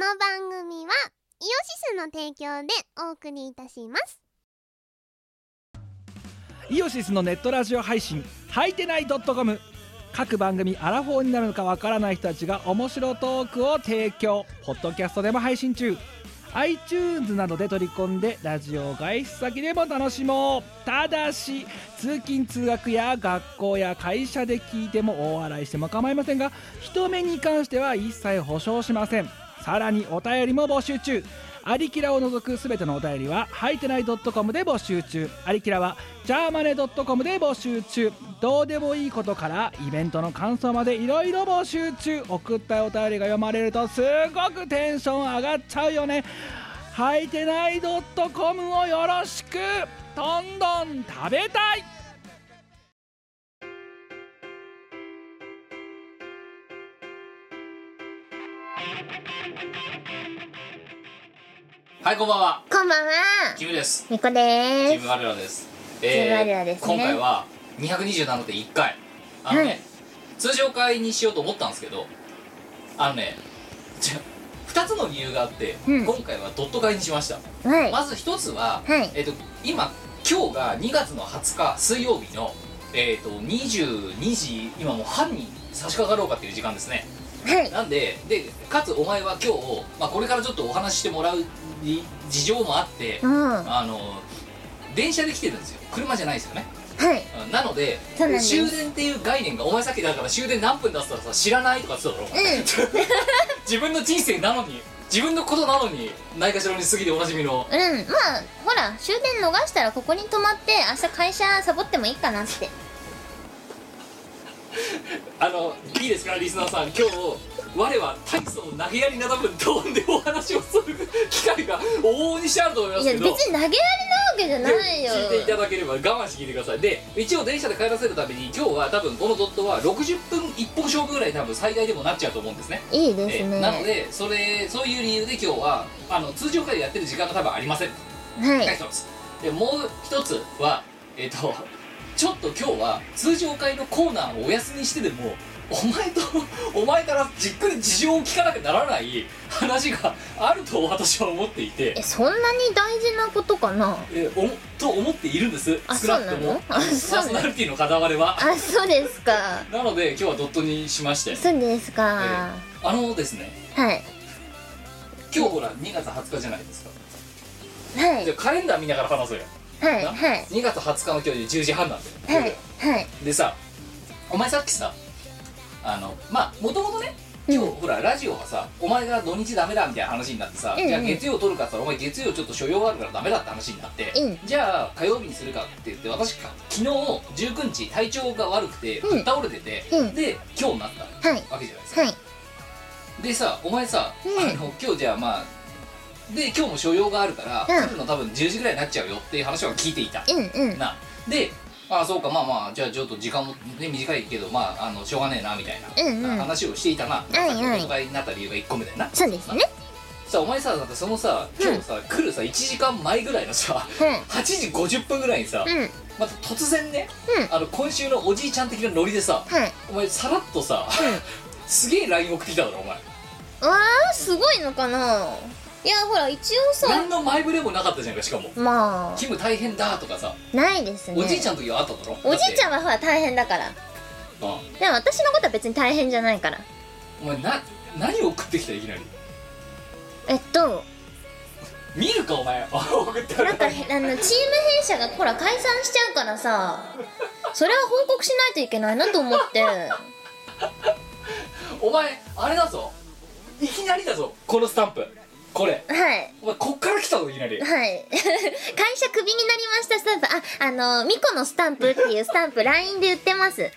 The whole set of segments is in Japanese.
の番組はイオシスの提供でお送りいたします。 イオシスのネットラジオ配信はいてない .com、 各番組アラフォーになるのかわからない人たちが面白トークを提供。ポッドキャストでも配信中。 iTunes などで取り込んでラジオ外出先でも楽しもう。ただし通勤通学や学校や会社で聞いても大笑いしても構いませんが、人目に関しては一切保証しません。さらにお便りも募集中。アリキラを除くすべてのお便りははいてない .com で募集中。アリキラはジャーマネ .com で募集中。どうでもいいことからイベントの感想までいろいろ募集中。送ったお便りが読まれるとすごくテンション上がっちゃうよね。はいてない .com をよろしく。どんどん食べたい。 はい、こんばんは。 こんばんは、 キムです。 みこでーす。 チーム我らです。 チーム我らですね。 今回は 227.1 回はい、 通常回にしようと思ったんですけど、2つの理由があって、今回はドット回にしました。 はい、 まず1つは、 はい、 今日が2月の20日水曜日の、22時今もう半に差し掛かろうかっていう時間ですね。 はい、 なんでかつお前は今日、これからちょっとお話ししてもらう事情もあって、電車で来てるんですよ。車じゃないですよね。 はい、 なので終電っていう概念が、お前さっきだから終電何分だったらさ知らないとかって言っただろ、自分の人生なのに、自分のことなのにないかしらに過ぎでおなじみの。 まあほら終電逃したらここに泊まって明日会社サボってもいいかなって。 いいですかリスナーさん、今日我は大層投げやりな多分トーンでお話をする機会が往々にしてあると思いますけど、 いや別に投げやりなわけじゃないよ。 聞いていただければ、我慢して聞いてください。で一応電車で帰らせるために今日は多分このドットは60分一本勝負ぐらい多分最大でもなっちゃうと思うんですね。 いいですね。 なのでそういう理由で今日は通常回でやってる時間が多分ありません。 はい、 一つで、もう一つはちょっと今日は通常回のコーナーをお休みしてでもお前からじっくり事情を聞かなきゃならない話があると私は思っていて、 そんなに大事なことかなと思っているんです。少なくともパーソナリティの片割れは。 あ、そうですか。 なので今日はドットにしまして。 そうですか。 ですね、 はい、 今日ほら2月20日じゃないですか。 はい、 じゃあカレンダー見ながら話そうよ。 はい、はい、 2月20日の今日で10時半なんだよ。 はい、はい。 でさ、お前さっきさもともとね、今日ほらラジオはさ、お前が土日ダメだみたいな話になってさ、じゃあ月曜撮るかって言ったら、お前月曜ちょっと所用があるからダメだって話になって、じゃあ火曜日にするかって言って、私昨日19日体調が悪くてぶっ倒れてて、で今日になったわけじゃないですか。でさ、お前さ、今日じゃあで今日も所用があるから、来るの多分10時ぐらいになっちゃうよっていう話は聞いていた。なで、そうか、じゃあちょっと時間も、ね、短いけどしょうがねえなみたいな、話をしていたな。お互いになった理由が1個目だよな。 そうですね。 さあお前さ、だってそのさ今日さ、来るさ1時間前ぐらいのさ、8時50分ぐらいにさ、また突然ね、今週のおじいちゃん的なノリでさ、お前さらっとさ、すげえ LINE 送ってきただろお前。 すごいのかな。いやほら一応さ、 何の前触れもなかったじゃんか。しかもキム大変だとかさないですね。 おじいちゃんの時はあっただろ。 おじいちゃんはほら大変だから。でも私のことは別に大変じゃないから。 お前何を送ってきたいきなり。見るかお前。送ってなんかチーム弊社がほら解散しちゃうからさ、それは報告しないといけないなと思ってお前あれだぞ、いきなりだぞこのスタンプ。これお前こっから来たぞいきなり。 会社クビになりましたスタンプ。ミコのスタンプっていうスタンプ LINE で売ってます。売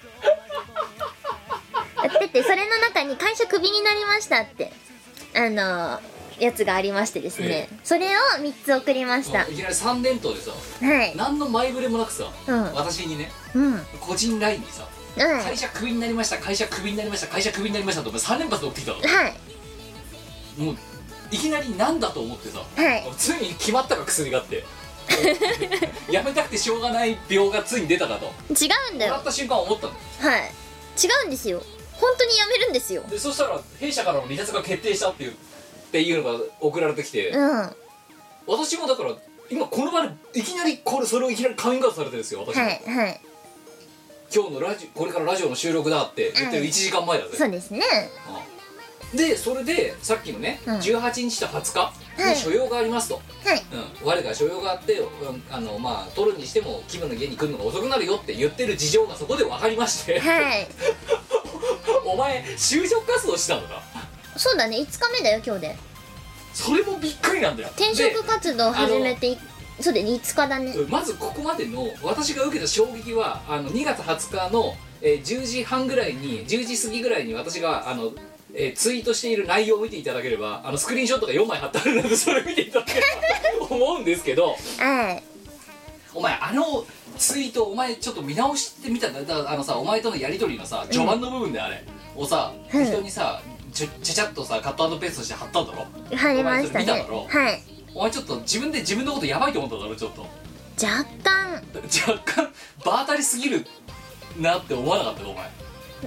ってて、それの中に会社クビになりましたってやつがありましてですね、それを3つ送りました。 いきなり3連投でさ、何の前触れもなくさ、私にね、個人 LINE にさ、会社クビになりました、会社クビになりました、会社クビになりましたと3連発で送ってきたの。もういきなりなんだと思ってさ、ついに決まったか薬があってやめたくてしょうがない病がついに出たかと。 違うんだよ。 もらった瞬間思ったの。 違うんですよ。本当にやめるんですよ。 でそしたら弊社からの離脱が決定したっていうっていうのが送られてきて、私もだから今この場でいきなりそれをいきなりカミングアウトされてるんですよ私も、 はいはい。 今日のこれからラジオの収録だって言ってる1時間前だぜ、 そうですね。 でそれでさっきのね、18日と20日に所用がありますと、 はい、 我が所用があって、まあ取るにしてもキムの家に来るのが遅くなるよって言ってる事情がそこで分かりまして、 はい、 お前就職活動したのか。 そうだね、5日目だよ今日で。 それもびっくりなんだよ。 転職活動始めてそうで5日だね。 まずここまでの私が受けた衝撃は2月20日の、10時半ぐらいに10時過ぎぐらいに私がツイートしている内容を見ていただければスクリーンショットが4枚貼ってあるのでそれ見ていただければ思うんですけど、 はい、 お前ツイートお前ちょっと見直してみたんだ。だからさお前とのやり取りのさ序盤の部分であれをさ、人にさちゃちゃっとさカットペーストして貼ったんだろ。 貼りましたね。 見ただろ。 はい。 お前ちょっと自分で自分のことやばいと思っただろ。ちょっと若干場当たりすぎるなって思わなかったかお前。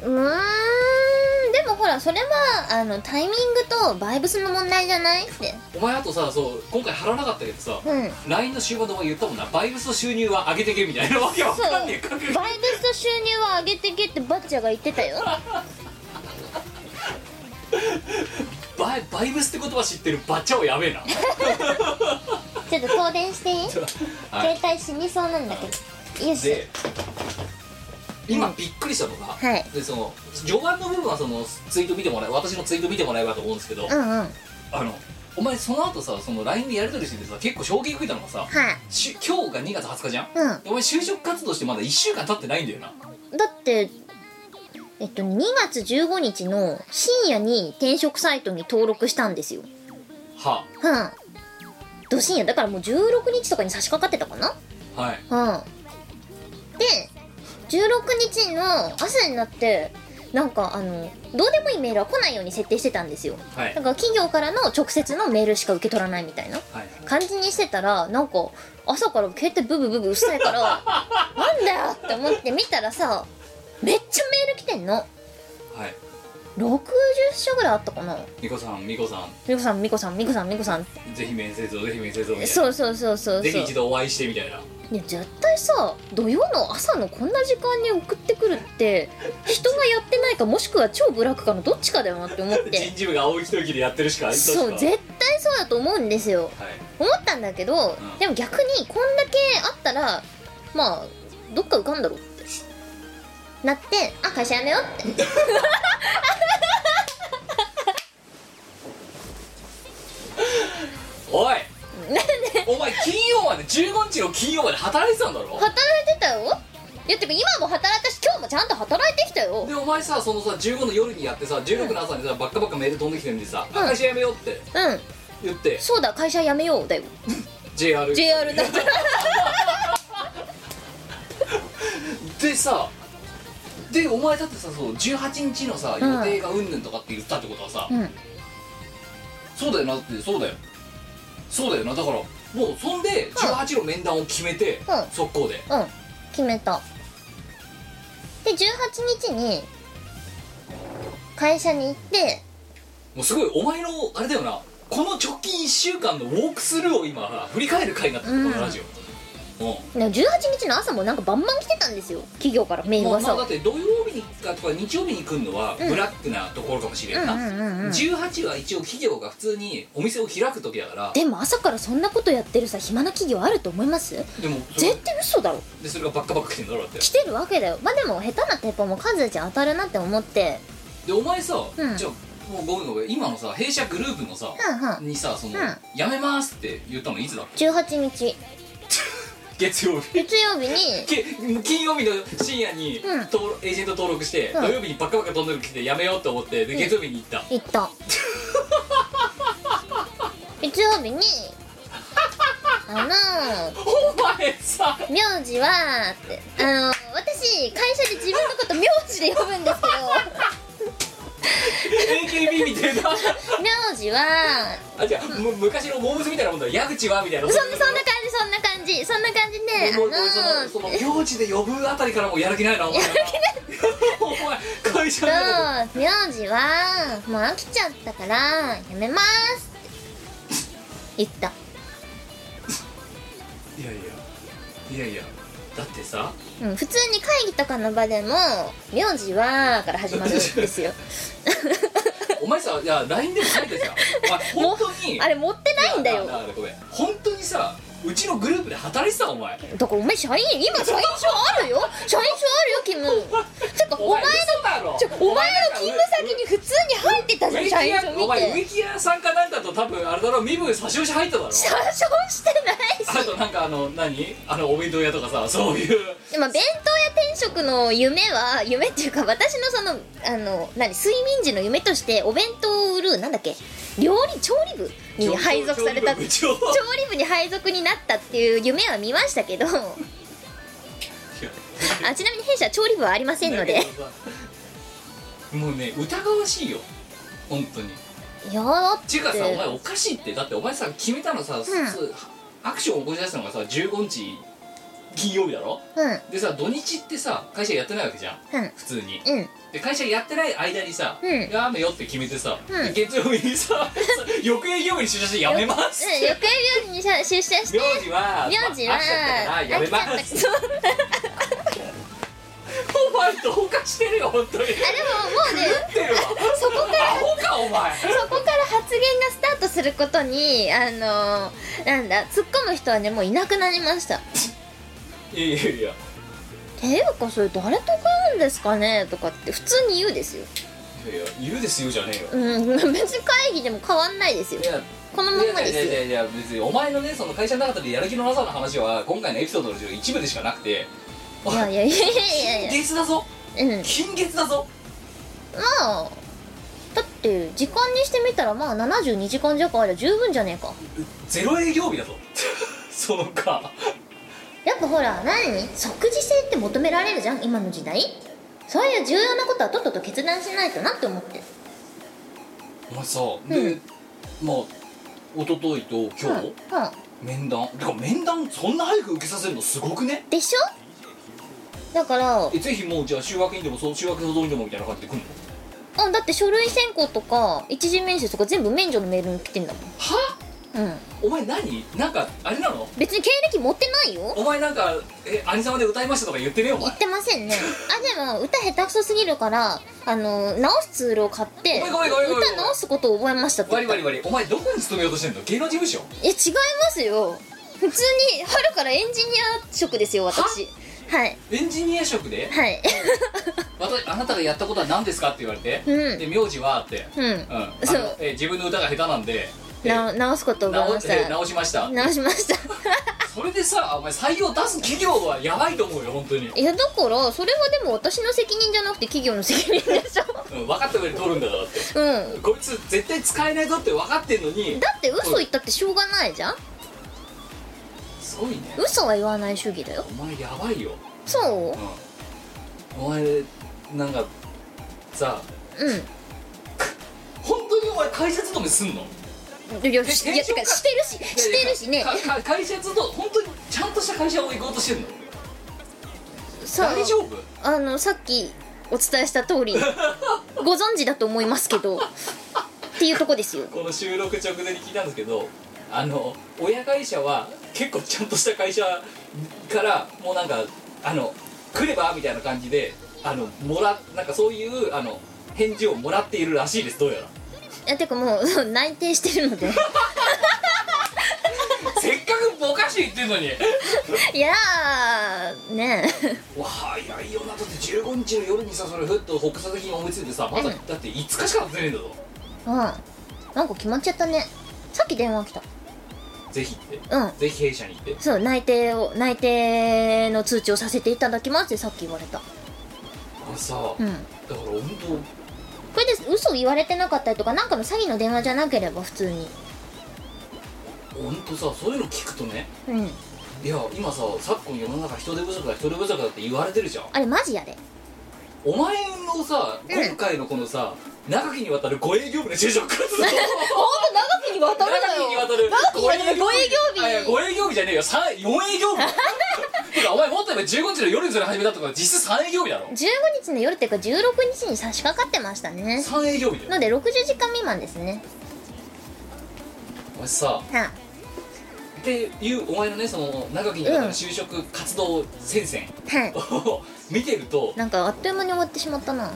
でもほらそれはタイミングとバイブスの問題じゃないって。 お前あとさそう今回貼らなかったけどさ、LINE の終盤でお前言ったもんな、バイブスと収入は上げてけみたいなわけわかんねえか。 バイブスと収入は上げてけってバッチャが言ってたよ。 バイブスって言葉知ってるバッチャをやべえな。 ちょっと東電していい？携帯死にそうなんだけど。よし。で今びっくりしたのが、でその序盤の部分はそのツイート見てもらえ私のツイート見てもらえばと思うんですけど、お前その後さその LINE でやり取りしててさ結構衝撃受けたのがさ、今日が2月20日じゃん、お前就職活動してまだ1週間経ってないんだよな。 だって2月15日の深夜に転職サイトに登録したんですよ。ど深夜だからもう16日とかに差し掛かってたかな。で16日の朝になってなんかどうでもいいメールは来ないように設定してたんですよ、だから企業からの直接のメールしか受け取らないみたいな感じにしてたら、なんか朝から携帯ブブブブうっさいからなんだよって思って見たらさめっちゃメール来てんの。60社ぐらいあったかな。 みこさんぜひ面接をぜひ面接をみたいな。 そうぜひ一度お会いしてみたいな。 ね、絶対さ土曜の朝のこんな時間に送ってくるって人がやってないかもしくは超ブラックかのどっちかだよなって思って人事部が青い一息でやってるしかそう絶対そうだと思うんですよ、思ったんだけど、でも逆にこんだけあったらまあどっか受かんだろうってなって会社辞めようっておいお前金曜まで15日の金曜まで働いてたんだろ。 働いてたよ。いやてか今も働いたし今日もちゃんと働いてきたよ。 でお前さそのさ15の夜にやってさ16の朝にさバッカバッカメール飛んできてるんでさ、会社辞めようって言ってそうだ会社辞めようだよ。 JR だでさでお前だってさそう18日のさ予定がうんぬんとかって言ったってことはさ、そうだよなってそうだよな。だからもうそんで18の面談を決めて、速攻で決めた。で18日に会社に行ってもうすごいお前のあれだよな、この直近1週間のウォークスルーを今振り返る回になったこのラジオ。 18日の朝もなんかバンバン来てたんですよ企業からメールがさ。 だって土曜日にとか日曜日に来るのはブラックなところかもしれんな。18は一応企業が普通にお店を開く時だから。 でも朝からそんなことやってるさ暇な企業あると思います？ でも絶対嘘だろ。 でそれがバッカバッカ来てんだろ。だって来てるわけだよ。まあでも下手な鉄砲も数じゃ当たるなって思って。 でお前さ、じゃあもうごめん今のさ弊社グループのさ、にさその、辞めますって言ったのいつだっけ ？18日月曜日に金曜日の深夜に、エージェント登録して、土曜日にバッカバカ飛んでる来てやめようと思ってで月曜日に行った月曜日にお前さ名字はって私会社で自分のこと名字で呼ぶんですけど AKB みたいな名字はじゃあ昔のモームスみたいなもんだ。矢口はみたいな。そんな感じでその名字で呼ぶあたりからもやる気ないなお前。お前会社名字はもう飽きちゃったからやめます言った。 いやだってさ、 うん、普通に会議とかの場でも名字はから始まるんですよお前さ、いや LINE でも書いてじゃんお前本当にあれ持ってないんだよ。 だからごめん、本当にさ、うちのグループで働いてたお前。 だからお前今社員証あるよ。社員証あるよキム。てかお前の勤務先に普通に入ってたじゃん、社員証見て。 お前植木屋さんかなんかと多分あれだろ、身分差し押し入っただろ。 差し押してないし。 あとなんかお弁当屋とかさ、そういう。 でも弁当屋転職の夢っていうか、私のその睡眠時の夢として、お弁当を売る調理部に配属された、調理部に配属になったっていう夢は見ましたけどちなみに弊社は調理部はありませんのでもうね、疑わしいよ本当に。 いやだってていうかさ、お前おかしいって。だってお前さ、決めたのさ、アクションを起こし出したのがさ15日金曜日だろ、でさ、土日ってさ会社やってないわけじゃん、普通に、で会社やってない間にさ、やめよって決めてさ、月曜日にさ翌営業日に出社してやめます翌営業日に出社して名字は飽きちゃったからやめますお前どうかしてるよ本当に。でももうねそこから発言がスタートすることに突っ込む人はね、もういなくなりました。 いやていうかそれ誰と買うんですかねとかって普通に言うですよ。 いや言うですよじゃねえよ。 別に会議でも変わんないですよ。このまんまですよ。 いや別にお前のね、その会社の中でやる気のなさの話は今回のエピソードの一部でしかなくて、 いや金月だぞ。金月だぞ。 まあだって時間にしてみたらまあ72時間弱あれば十分じゃねえか。 ゼロ営業日だぞそのかやっぱほら即時性って求められるじゃん今の時代。そういう重要なことはとっとと決断しないとなって思って。 お前さ、でまあ一昨日と今日、面談てか面談そんな早く受けさせるのすごくね。 でしょ。だからぜひもうじゃあ週明けにでも週明けのどうにでもみたいな感じで来んの。 だって書類選考とか一次面接とか全部免除のメールに来てんだもん。 は？お前なんかあれなの？ 別に経歴持ってないよ。 お前なんか兄様で歌いましたとか言ってねえよお前。 言ってませんね。でも歌下手くそすぎるから直すツールを買ってごめん歌直すことを覚えましたって言った。 割りお前どこに勤めようとしてんの？芸能事務所？ 違いますよ。普通に春からエンジニア職ですよ私。はい。 エンジニア職で？ はい。 あなたがやったことは何ですかって言われて、で名字はってそう自分の歌が下手なんで直すことを覚えました。 直しましたそれでさ、お前採用出す企業はやばいと思うよ本当に。 いやだからそれはでも私の責任じゃなくて企業の責任でしょ。 分かった上で取るんだからって。こいつ絶対使えないぞって分かってんのに。 だって嘘言ったってしょうがないじゃん。 すごいね。 嘘は言わない主義だよ。 お前やばいよ。 そう？ お前なんかさ、本当にお前会社勤めすんの？ いやしてるしね。 会社勤め本当にちゃんとした会社を行こうとしてんの？大丈夫？ さっきお伝えした通りご存知だと思いますけどっていうとこですよ。 この収録直前に聞いたんですけど、親会社は結構ちゃんとした会社からもうなんか来ればみたいな感じでなんかそういう返事をもらっているらしいです。どうやら。 てかもう内定してるのでせっかくぼかし言ってんのにいやーねわ早いよな。だって15日の夜にさ、それふっと北佐的に思いついてさ、まだだって5日しか経ってねえんだぞ。 なんか決まっちゃったね。さっき電話来た。 ぜひってぜひ弊社に行って。 そう内定の通知をさせていただきますってさっき言われた。 さだから本当これで嘘言われてなかったりとかなんかの詐欺の電話じゃなければ普通に本当さ、そういうの聞くとね、いや今さ、昨今世の中人手不足だって言われてるじゃん。 あれマジやで。 お前のさ、今回のこのさ、長きにわたるご営業部の就職活動ほんと長きにわたるだよ。ご営業日じゃねえよ、4営業日てかお前もっと言えば15日の夜にそれ始めたとか実質3営業日だろ。 15日の夜っていうか16日に差し掛かってましたね。 3営業日だよ。 ので60時間未満ですね。 お前さ、 っていうお前のね、その長きにわたる就職活動戦線を見てると、 なんかあっという間に終わってしまったな。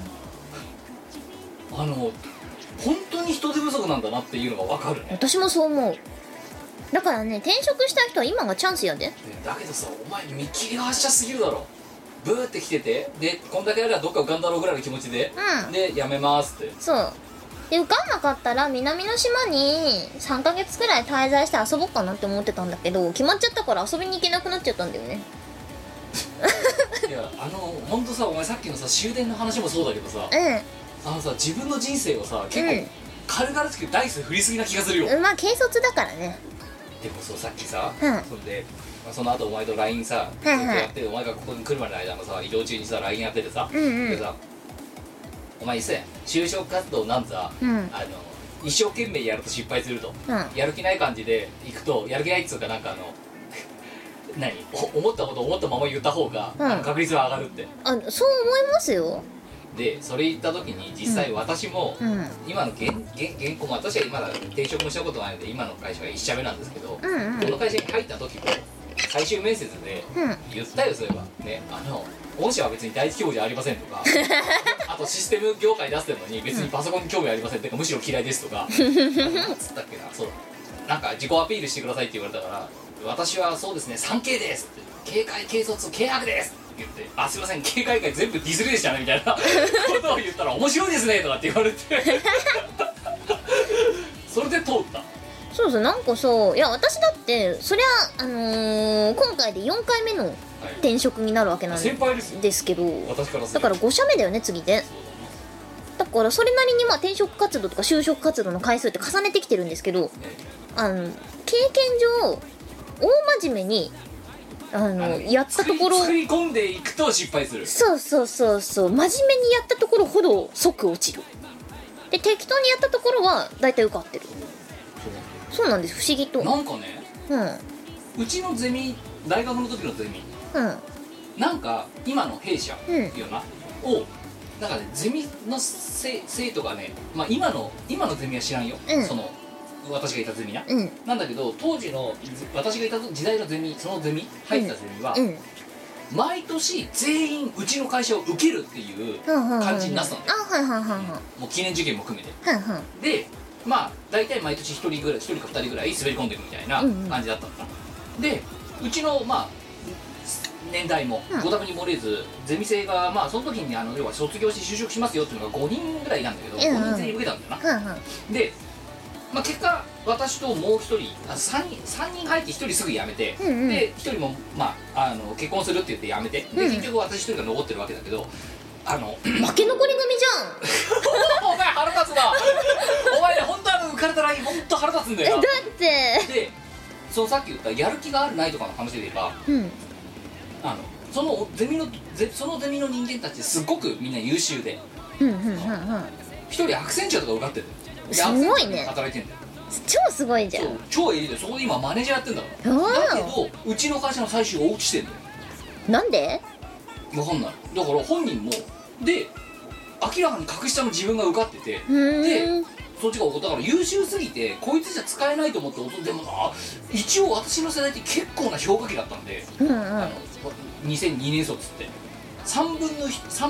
本当に人手不足なんだなっていうのが分かるね。 私もそう思う。だからね、転職した人は今がチャンスやで。 だけどさ、お前見切りが発車すぎるだろ。ブーって来てて、でこんだけやればどっか浮かんだろうぐらいの気持ちで、でやめますって。 そうで、受かんなかったら南の島に3ヶ月くらい滞在して遊ぼうかなって思ってたんだけど、決まっちゃったから遊びに行けなくなっちゃったんだよね。 いや、ほんとさ、お前さっきのさ終電の話もそうだけどさ、さ、自分の人生をさ、結構軽々しくダイス振りすぎな気がするよ。 まあ軽率だからね。 でもそう、さっきさ、そんで、その後お前と LINE さ、ずっとやって、お前がここに来るまでの間のさ、移動中にさ LINE やっててさ、でさ、お前さ、就職活動なんざ、一生懸命やると失敗すると、やる気ない感じで行くと、やる気ないっつうか、なんか思ったことを思ったまま言った方が、確率は上がるって。 そう思いますよ。 でそれ言った時に実際私も、今の現行も、私はまだ転職もしたことないので今の会社が1社目なんですけど、この会社に入った時も最終面接で言ったよ、そういえばね、御社は別に第一希望じゃありませんとかあとシステム業界出してるのに別にパソコンに興味ありませんってか、むしろ嫌いですとかなんつったっけな、そうなんか自己アピールしてくださいって言われたから、私はそうですね 3K ですって、警戒軽率軽薄ですって言って、あ、すいません警戒会全部ディスりでしたねみたいなことを言ったら、面白いですねとかって言われてそれで通った。そうそう、なんかそう、いや私だってそりゃ今回で4回目の転職になるわけなん先輩ですけど、 私からすだから5社目だよね次で。だからそれなりにまあ転職活動とか就職活動の回数って重ねてきてるんですけど、経験上大真面目にやったところ、 作り込んでいくと失敗する。 そう真面目にやったところほど即落ちる。で適当にやったところは大体受かってる。そうなんです、不思議と。 なんかね、うちのゼミ、大学の時のゼミ、なんか今の弊社いうな、をなんかね、ゼミの生徒がね、まあ今のゼミは知らんよ、その私がいたゼミな、なんだけど当時の私がいた時代のゼミ、そのゼミ入ったゼミは、毎年全員うちの会社を受けるっていう感じになってたのね。もう記念受験も含めて、でまあ大体毎年1人か2人ぐらい滑り込んでいくみたいな感じだったのかな。でうちのまあ年代もご多分に漏れず、ゼミ生がまあその時に要は卒業して就職しますよっていうのが5人ぐらいなんだけど、5人全員受けたんだよな。でまあ、結果私ともう一人3人入って1人すぐ辞めて、で1人も、まあ、結婚するって言って辞めて、で結局私1人が残ってるわけだけど、 負け残り組じゃんお前腹立つなお前ね、本当浮かれたら本当腹立つんだよな。 だってでそのさっき言ったやる気があるないとかの話で言えば、そのゼミの人間たちすごくみんな優秀で、一人アクセンチュアとか受かってる。 すごいね、 働いてんだよ。 超すごいじゃん。 そう超エリートで、そこで今マネージャーやってんだから。だけどうちの会社の最終が落ちてんだよ。 なんで？ 分かんない。だから本人もで明らかに格下の自分が受かってて、でそっちがだから優秀すぎてこいつじゃ使えないと思って、でもな一応私の世代って結構な評価期だったんで、2002年卒って3分の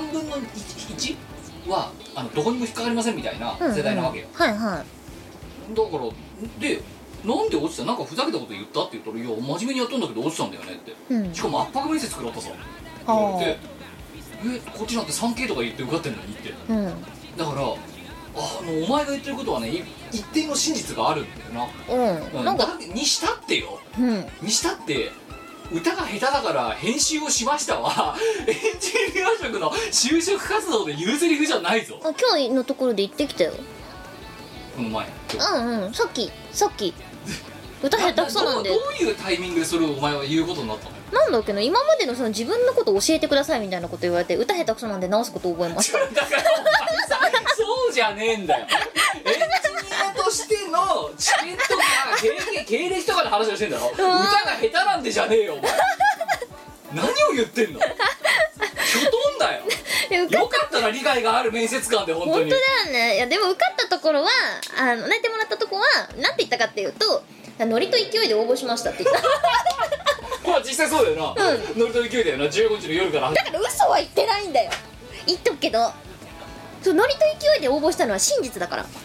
1はどこにも引っかかりませんみたいな世代なわけよ。だからでなんで落ちた、なんかふざけたこと言ったって言ったら、いや真面目にやったんだけど落ちたんだよねって、しかも圧迫面接食らったさって言われて、こっちなんて 3K とか言って受かってんのにって、だからお前が言ってることはね、一定の真実があるんだよな。なんかにしたってよ、にしたって歌が下手だから編集をしましたはエンジニア職の就職活動で言うセリフじゃないぞ。 今日のところで言ってきたよ、 この前。 さっき歌下手くそなんで。 どういうタイミングでそれをお前は言うことになったの？ なんだっけな、今までのその自分のことを教えてくださいみたいなこと言われて、歌下手くそなんで直すことを覚えました。 だからそうじゃねえんだよ。エンジニアとしての知見とか経歴とかの話をしてんだろ。歌が下手なんでじゃねえよお前。何を言ってんの？きょとんだよ。よかったな、理解がある面接官で。本当にだよね。いやでも受かったところは泣いてもらったとこはなんて言ったかっていうと、 ノリと勢いで応募しましたって言ったまあ実際そうだよな、ノリと勢いだよな。15日の夜からだから嘘は言ってないんだよ、言っとくけど。そう、ノリと勢いで応募したのは真実だから。 や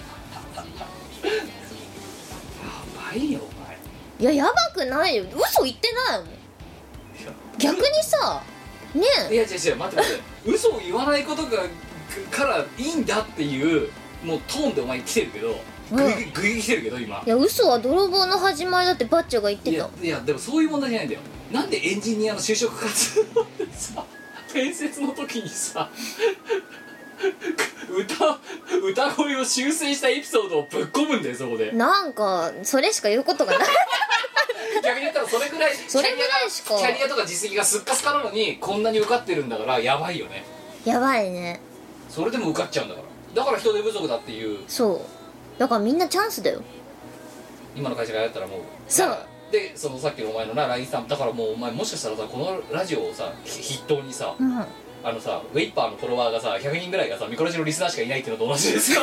ばいよいや、やばくないよ、嘘言ってないもん。逆にさねえ。いや違う違う、待って待って嘘を言わないことがからいいんだっていうもうトーンでお前来てるけど、グイグイ来てるけど今。 いや、嘘は泥棒の始まりだってバッチョが言ってた。 いやでもそういう問題じゃないんだよ。なんでエンジニアの就職活動ってさ、面接の時にさ歌声を修正したエピソードをぶっ込むんだよ、そこで。 なんかそれしか言うことがない逆に言ったらそれぐらいしかキャリアとか実績がすっかすかなのにこんなに受かってるんだからやばいよね。 やばいね。 それでも受かっちゃうんだから。だから人手不足だっていう。 そうだからみんなチャンスだよ、 今の会社がやったらもう。 そうでそのさっきのお前のな LINE スタンプだから、もうお前もしかしたらさ、このラジオをさ筆頭にさ、あのさウェイパーのフォロワーがさ100人ぐらいがさミコラジのリスナーしかいないっていうのと同じですよ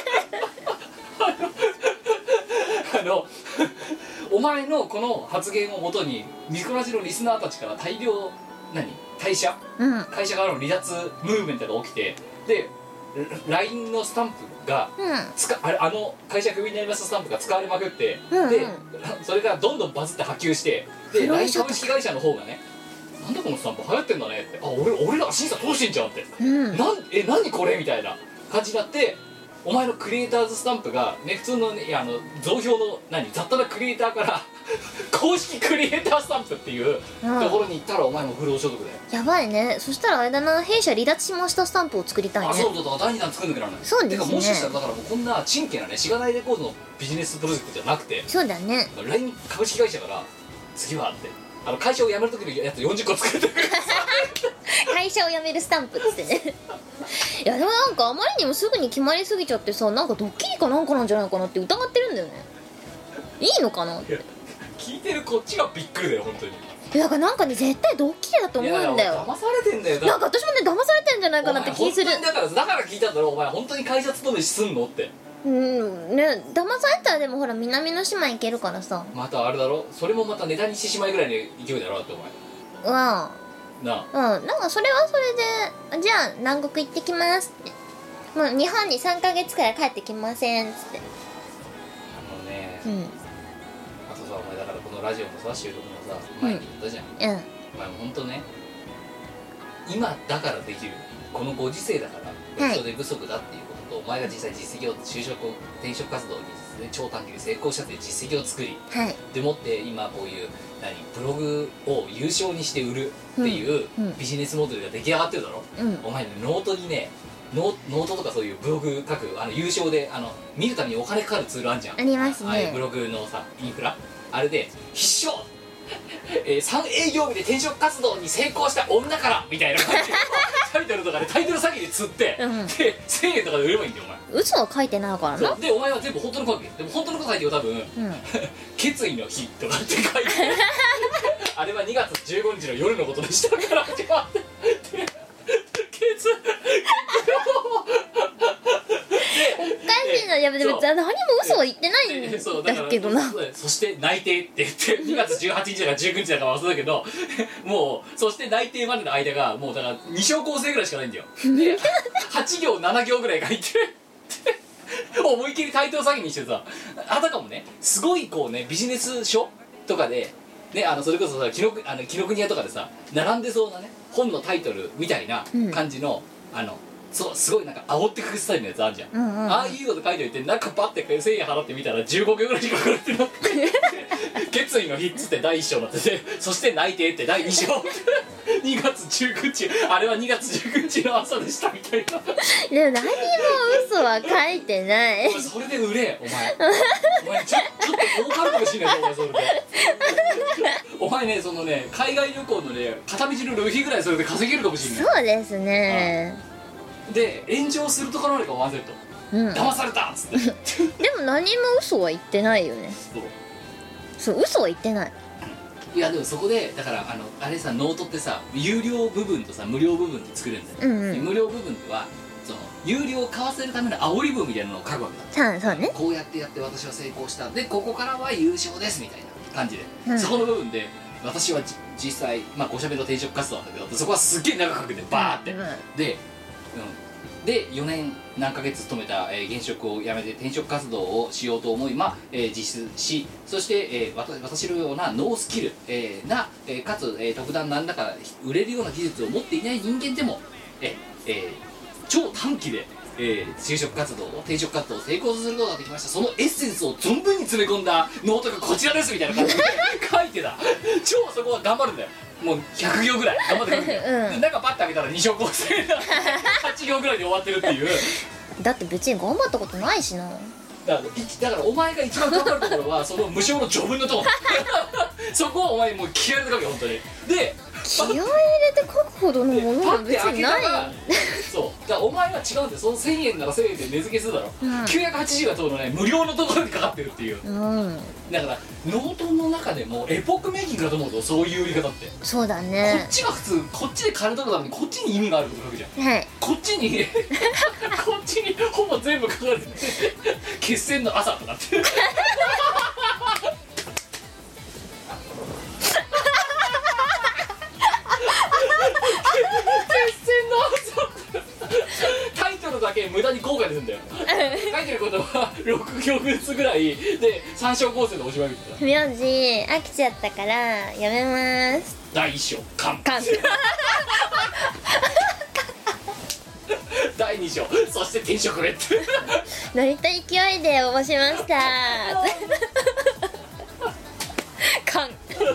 お前のこの発言をもとにミコラジのリスナーたちから大量退社、会社からの離脱ムーブメントが起きて、で LINE のスタンプが、あの会社クビになりましたスタンプが使われまくって、でそれがどんどんバズって波及して、で LINE 株式会社の方がね、なんでこのスタンプ流行ってんだねって、あ、俺らが審査通してんじゃんって、何これみたいな感じになって、お前のクリエイターズスタンプがね、普通のね、造票の雑多なクリエイターから公式クリエイタースタンプっていうところに行ったら、お前も不労所得だよ。 やばいね。そしたらあれだな、弊社離脱しましたスタンプを作りたいね。 あ、そうだから第2弾作んなきゃならない。 そうですね。 てかもしかしたらだからもうこんなチンケなね、しがないレコードのビジネスプロジェクトじゃなくて、 そうだね、 LINE 株式会社から次はって会社を辞める時のやつ40個作ってくれる会社を辞めるスタンプっつってねいやでもなんかあまりにもすぐに決まりすぎちゃってさ、なんかドッキリかなんかなんじゃないかなって疑ってるんだよね。いいのかなって。 聞いてるこっちがびっくりだよ本当に。 だからなんかね、絶対ドッキリだと思うんだよ。 騙されてんだよ。 なんか私もね、騙されてんじゃないかなって気する。 だから聞いたんだろ、お前本当に会社勤めすんのって。 ね、騙されたらでもほら南の島行けるからさ。 またあれだろ、それもまたネタにしてしまいぐらいの勢いだろってお前。 なあ、 なんかそれはそれで、じゃあ南国行ってきますって、もう日本に3ヶ月くらい帰ってきませんっつって。 あとさ、お前だからこのラジオのさ収録のさ前に言ったじゃん、お前も本当ね、今だからできるこのご時世だから人手不足だっていうことと、お前が実際実績を転職活動に超短期で成功したという実績を作り、でもって今こういうブログを有償にして売るっていうビジネスモデルが出来上がってるだろ、お前ノートにね、ノートとかそういうブログ書く有償で見るためにお金かかるツールあるじゃん。 ありますね。 ああいうブログのさインフラあれで必勝3営業日で転職活動に成功した女からみたいな感じのタイトルとかでタイトル詐欺で釣って、で1000円とかで売ればいいんだよお前。 嘘は書いてないからな。 でお前は全部本当の書け。でも本当のこと書いてよ多分、決意の日とかって書いてあれは2月15日の夜のことでしたから始まっておかしいな。いやでも何も嘘は言ってないんだけどな。 そして内定って言って2月18日だから19日だから忘れたけどもうそして内定までの間がもうだから2小構成ぐらいしかないんだよ。で8行7行ぐらい書いて思いっきりタイトル詐欺にしてさ、あたかもねすごいこうねビジネス書とかでね、それこそさ紀ノ国屋とかでさ並んでそうなね本のタイトルみたいな感じの、そうすごいなんか煽ってくるスタイルのやつあるじゃん、ああいうので書いておいて中パッて1000円払ってみたら15秒ぐらいしかかかってなくて決意の日っつって第1章になってて、そして内定って第2章2月19日あれは2月19日の朝でしたみたいなでも何も嘘は書いてない。 それで売れお前ちょっと儲かるかもしれないぞお前それでお前ねそのね海外旅行のね片道の旅費ぐらいそれで稼げるかもしれない。 そうですね。 で炎上するところまでかワンセット、騙されたっつってでも何も嘘は言ってないよね。そう嘘は言ってない。 いやでもそこでだからあれさノートってさ有料部分とさ無料部分って作れるんだよ、無料部分ではその有料を買わせるための煽り文みたいなのを書くわけだ。 そうね。 こうやってやって私は成功した。でここからは優勝ですみたいな感じで、 うん、 そこの部分で私は実際ごしゃべりの転職活動なんだけど、そこはすっげえ長く書くんでバーって、で4年何ヶ月勤めた、現職を辞めて転職活動をしようと思い、実施し、そして、私のようなノースキル、かつ、特段何らか売れるような技術を持っていない人間でも、超短期で、転職活動を成功させることができました。そのエッセンスを存分に詰め込んだノートがこちらですみたいな感じで書いてた。超そこは頑張るんだよ。もう100行ぐらい頑張って書くんだよ、でなんかパッと開けたら2小構成8行ぐらいで終わってるっていう。 だって別に頑張ったことないしな。 だからお前が一番頑張るところはその無償の序文のところそこはお前もう気合いで書け本当に。で気合い入れて書くほどのものは別にない。 そうだからお前は違うんだよ。その1000円なら1000円で値付けするだろ、980円はところね無料のところにかかってるっていう、だからノートの中でもエポックメイキングだと思うぞ、そういう売り方って。 そうだね。 こっちが普通こっちで金取るためにこっちに意味があること書くじゃん、はい、こっちにほぼ全部書かれてて決戦の朝とかってタイトルだけ無駄に後悔するんだよ書いてることは6行分ぐらいで3小構成でおしまいみたいな。 名字飽きちゃったからやめます。 第1章完第2章そして転職へって乗りたい勢いで応募しました完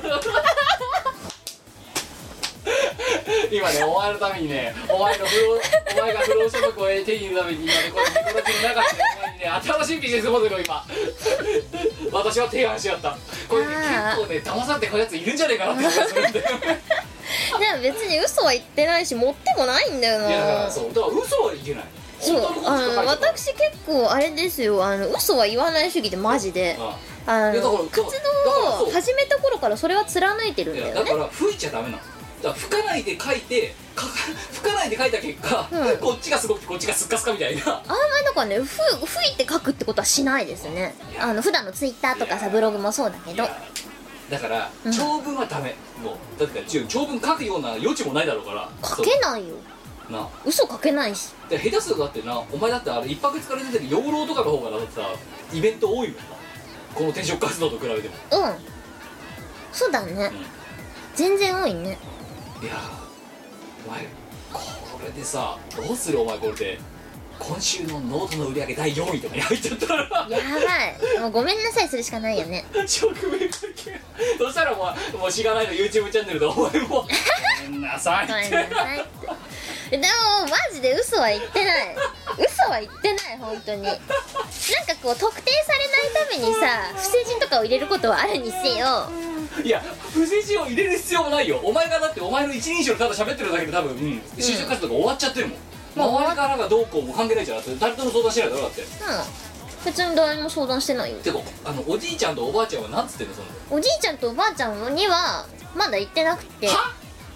今ねお前のためにねお前が不労所得を手に入れるために今ねこのミコラジの中でお前にね新しいビジネスモデルを今私は提案しやった。これ、ね、結構ね騙されてこういうやついるんじゃねえかなって気がするんだよでも別に嘘は言ってないし持ってもないんだよな。 いやだからそうだから嘘はいけない。 そう私結構あれですよ、嘘は言わない主義でマジで活動を始めた頃からそれは貫いてるんだよね。 だから吹いちゃダメなの。だから吹かないで書いて吹かないで書いた結果、こっちがすごくてこっちがスッカスカみたいな。 なんかね吹いて書くってことはしないですね。普段のツイッターとかさブログもそうだけど。 だから長文はダメ、もうだって長文書くような余地もないだろうから。 書けないよな、嘘書けないし。 で下手するとだってな、お前だって1泊2日で出てる養老とかの方がだってさイベント多いもんな、この転職活動と比べても。 そうだね、全然多いね。 いやお前これでさどうするお前これで今週のノートの売り上げ第4位とかに入っちゃったらやばい、もうごめんなさいするしかないよね職名関係そしたらもうしがないの YouTube チャンネルでお前もごめんなさいってでもマジで嘘は言ってない嘘は言ってない本当に。なんかこう特定されないためにさ不正人とかを入れることはあるにせよ。 いや不正字を入れる必要もないよ。お前がだってお前の一人称でただ喋ってるだけで多分、就職活動が終わっちゃってるもん。周りからがどうこうも関係ないじゃん。誰とも相談してないだろだって。 別に誰も相談してないよ。 てかおじいちゃんとおばあちゃんは何つってんのその。 おじいちゃんとおばあちゃんにはまだ言ってなくて。は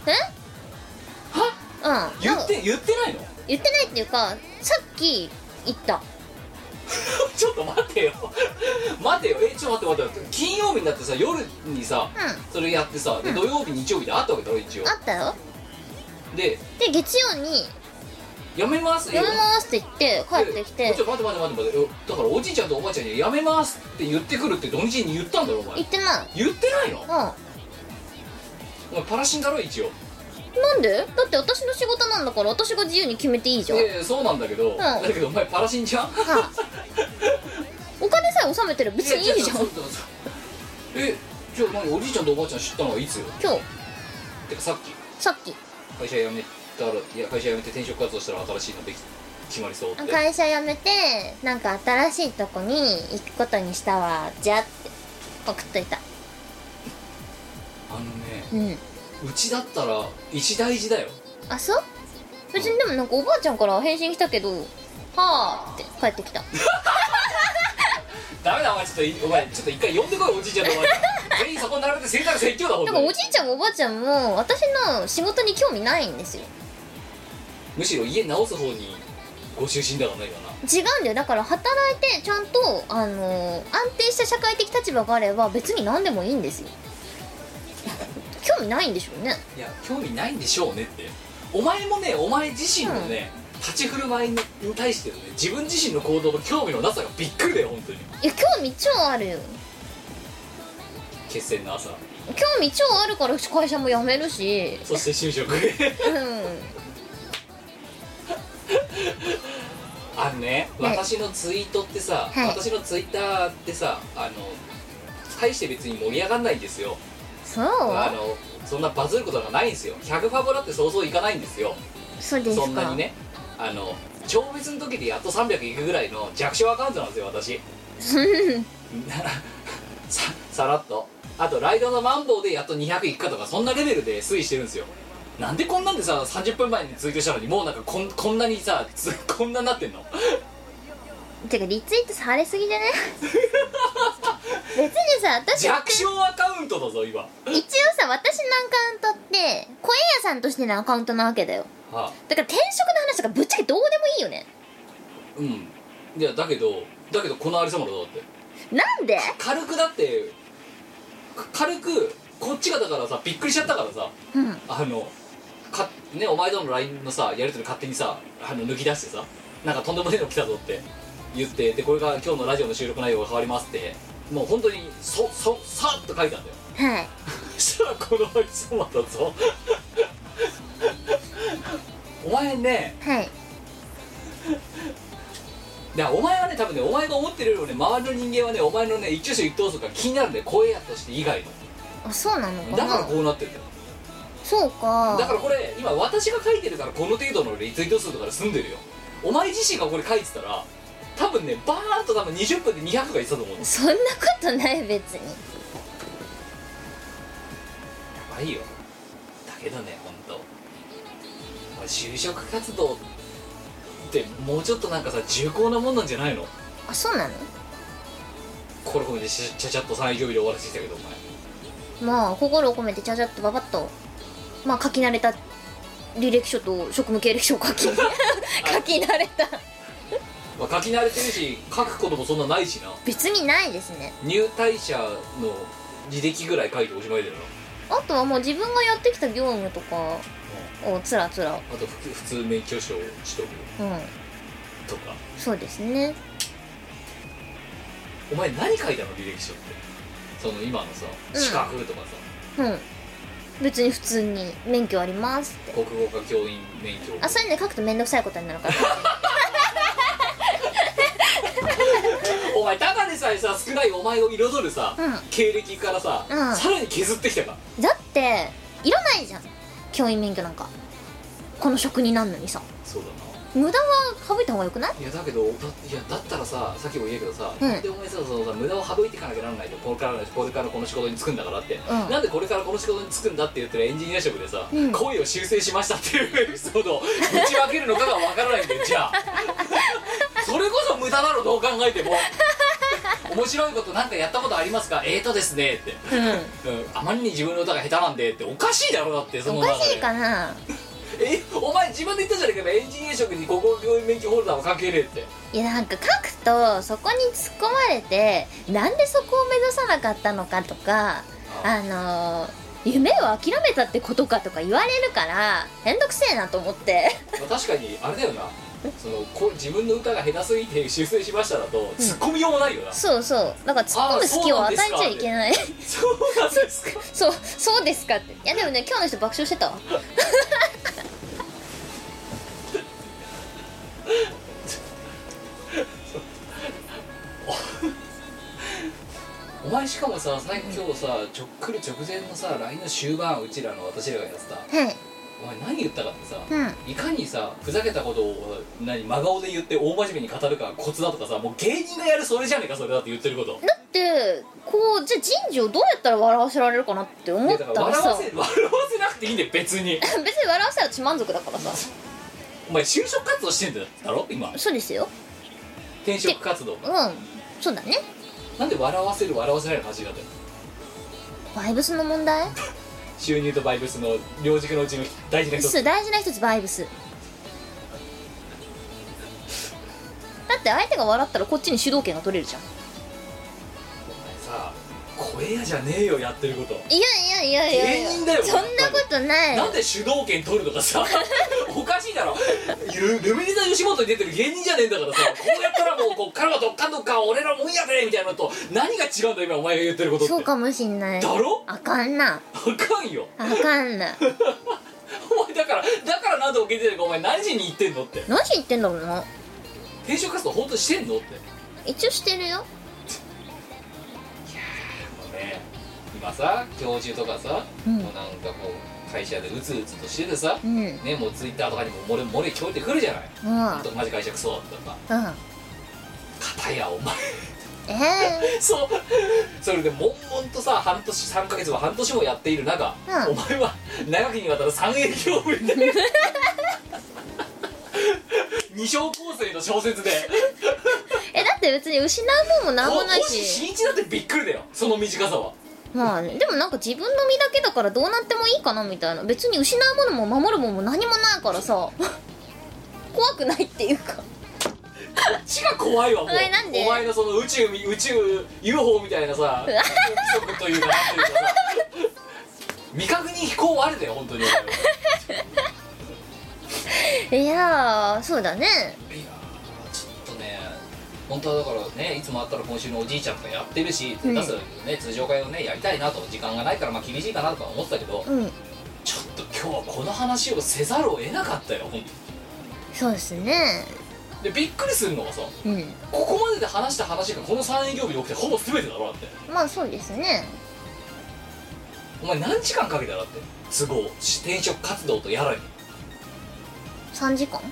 言ってないの？ 言ってないっていうかさっき言ったちょっと待てよちょっと待って金曜日になってさ夜にさ、それやってさ、で土曜日日曜日であったわけだろ一応。 あったよ。 で月曜にやめますって言って帰ってきて、 ちょっと待ってだからおじいちゃんとおばあちゃんにやめますって言ってくるって土日に言ったんだろお前。 言ってない。 言ってないの？お前パラシンだろ一応。 なんで？だって私の仕事なんだから私が自由に決めていいじゃん。 そうなんだけど、だけどお前パラシンじゃん。 お金さえ納めてる別にいいじゃん。じゃあ何おじいちゃんとおばあちゃん知ったのはいつよ？ 今日。 てかさっき会社辞めて転職活動したら新しいの決まりそうって。 会社辞めてなんか新しいとこに行くことにしたわじゃって送っといた。 うちだったら一大事だよ。 あ、そう？別にでもなんかおばあちゃんから返信来たけどはーって帰ってきたダメだお前ちょっと一回呼んでこいおじいちゃんとおばあちゃん全員そこに並べて説教だほんとに。 だからおじいちゃんもおばあちゃんも私の仕事に興味ないんですよ。 むしろ家直す方にご出身だからね違うんだよ。だから働いてちゃんと安定した社会的立場があれば別に何でもいいんですよ。興味ないんでしょうね。 いや興味ないんでしょうねって。お前もね、お前自身のね、立ち振る舞いに対してのね、自分自身の行動の興味のなさがびっくりだよ本当に。 いや興味超あるよ。 決戦の朝、 興味超あるから会社も辞めるし、 そして就職あのね、私のツイートってさ、私のツイッターってさ、大して別に盛り上がんないんですよ。 そう、 そんなバズることがないんですよ。100ファボだってそうそういかないんですよ。 そうですか。 そんなにね、超別の時でやっと300いくぐらいの弱小アカウントなんですよ私さらっと。あとライドのマンボウでやっと200いくかとか、そんなレベルで推移してるんですよ。なんでこんなんでさ30分前にツイートしたのにもうなんかこんなにさこんなになってんのてかリツイートされすぎじゃね別にさ、私弱小アカウントだぞ今。 一応さ、私のアカウントって声屋さんとしてのアカウントなわけだよ、はあ、だから転職の話とかぶっちゃけどうでもいいよね。 うん。いやだけどこのありさまだぞって。 なんで軽くだって軽くこっちがだからさびっくりしちゃったからさ、 うん、 ね、お前との LINE のさやり取り勝手にさ抜き出してさ、なんかとんでもねえの来たぞって言って、でこれが今日のラジオの収録内容が変わりますってもう本当にさっと書いたんだよ。 はいそしたらこのありさまだぞお前ね、 はい、 だからお前はね、多分ね、お前が思ってるよりね、周りの人間はね、お前のね、一挙手一投足が気になるんだよ、声やとして以外の。 あ、そうなのかな。 だからこうなってるんだよ。 そうか。 だからこれ今私が書いてるからこの程度のリツイート数とかで済んでるよ。お前自身がこれ書いてたら多分ね、バーンと多分20分で200とか言ってたと思う。 そんなことない別に。 やばいよ。だけどね、ほんと就職活動ってもうちょっとなんかさ重厚なもんなんじゃないの。 あ、そうなの。 心込めてちゃちゃっと3営業日で終わらせてたけど、お前まあ心を込めてちゃちゃっとババッとまあ書き慣れた履歴書と職務経歴書を書き慣れたまあ、書き慣れてるし書くこともそんなないしな。 別にないですね。 入隊者の履歴ぐらい書いておしまいだよな。あとはもう自分がやってきた業務とかをつらつら、 あと普通免許証取得、とか。 そうですね。 お前何書いたの履歴書って。その今のさ、資格とかさ、 別に普通に免許ありますって。 国語科教員免許。 あ、そういうの書くとめんどくさいことになるからお前ただでさえさ少ないお前を彩るさ、経歴からさ、さらに削ってきたか。 だっていらないじゃん、教員免許なんか。この職になんのにさ。 そうだな。 無駄は省いた方がよくない？ いやだけどだったらさ、さっきも言ったけどさ、でお前さ、無駄を省いていかなきゃならないと、これからこの仕事に就くんだからって、なんでこれからこの仕事に就くんだって言ったらエンジニア職でさ、声を修正しましたっていうエピソードを打ち分けるのかがわからないんだよ。じゃあそれこそ無駄だろ、どう考えても。面白いことなんかやったことありますか？ですねって、あまりに自分の歌が下手なんでっておかしいだろ。だってそのおかしいかな。 お前自分で言ったじゃねえか、エンジニア職に国語教員免許ホルダーは関係ねえって。 いやなんか書くとそこに突っ込まれて、なんでそこを目指さなかったのかとか、夢を諦めたってことかとか言われるからめんどくせえなと思って。 確かにあれだよな、自分の歌が下手すぎて修正しましただと突っ込みようもないよな。 そうそう、だから突っ込む隙を与えちゃいけない。 そうなんですかそうですかって。いやでもね、今日の人爆笑してたわお前しかもさ、今日さ来る直前のさ LINE の終盤、うちらの私らがやってた、お前何言ったかってさ、いかにさふざけたことを真顔で言って大真面目に語るかがコツだとかさ、もう芸人がやるそれじゃねえか、それだって言ってること。 だってこうじゃあ人事をどうやったら笑わせられるかなって思ったらさ、 笑わせなくていいんだよ別に。 別に笑わせたら私満足だからさ。 お前就職活動してんだろ今。 そうですよ、 転職活動。 そうだね。 なんで笑わせる笑わせないの話なんだよ。 バイブスの問題収入とバイブスの両軸のうちの大事な一つ。 大事な一つ、バイブス。 って相手が笑ったらこっちに主導権が取れるじゃん。 お前さ怖えやじゃねえよやってること。 いやいやいやいや、 芸人だよ。 そんなことない。 なんで主導権取るとかさおかしいだろ。ルミネ座吉本に出てる芸人じゃねえんだからさ、こうやったらもうこっからはどっかんどっかん俺らもんやでみたいなのと何が違うんだ今お前が言ってることって。 そうかもしんない。 だろ。 あかんな。 あかんよ。 あかんな。 お前だから何度も聞いてるかお前何時に行ってんのって。 何時言ってんだろうな。 転職活動本当にしてんのって。 一応してるよ。いやもうね今さ教授とかさ、 うん、 もうなんかこう会社でうつうつとしててさ、 うん、 ねもうツイッターとかにも漏れ聞こえてくるじゃない。ほんとマジ会社クソとか。片やお前そうそれで悶々とさ半年3ヶ月は半年もやっている中、お前は長きにわたる3営業部で二小構成の小説でだって別に失うもんもなんもないし、 新一だってびっくりだよその短さは。 まあ、ね、でもなんか自分の身だけだからどうなってもいいかなみたいな。別に失うものも守るものも何もないからさ怖くないっていうかこっちが怖いわもう。 なんでお前のその宇宙 UFO みたいなさ憶測というかなんていうかさ未確認飛行あれだよ本当にいやーそうだね。 いやちょっとね本当はだからねいつもあったら今週のおじいちゃんとかやってるし、出すね通常会をねやりたいなと時間がないからまあ厳しいかなとか思ってたけど、ちょっと今日はこの話をせざるを得なかったよ本当に。 そうですね。 でびっくりするのがさ、ここまでで話した話がこの3営業日に起きてほぼ全てだろだって。 まあそうですね。 お前何時間かけたらって都合転職活動とやらに 3時間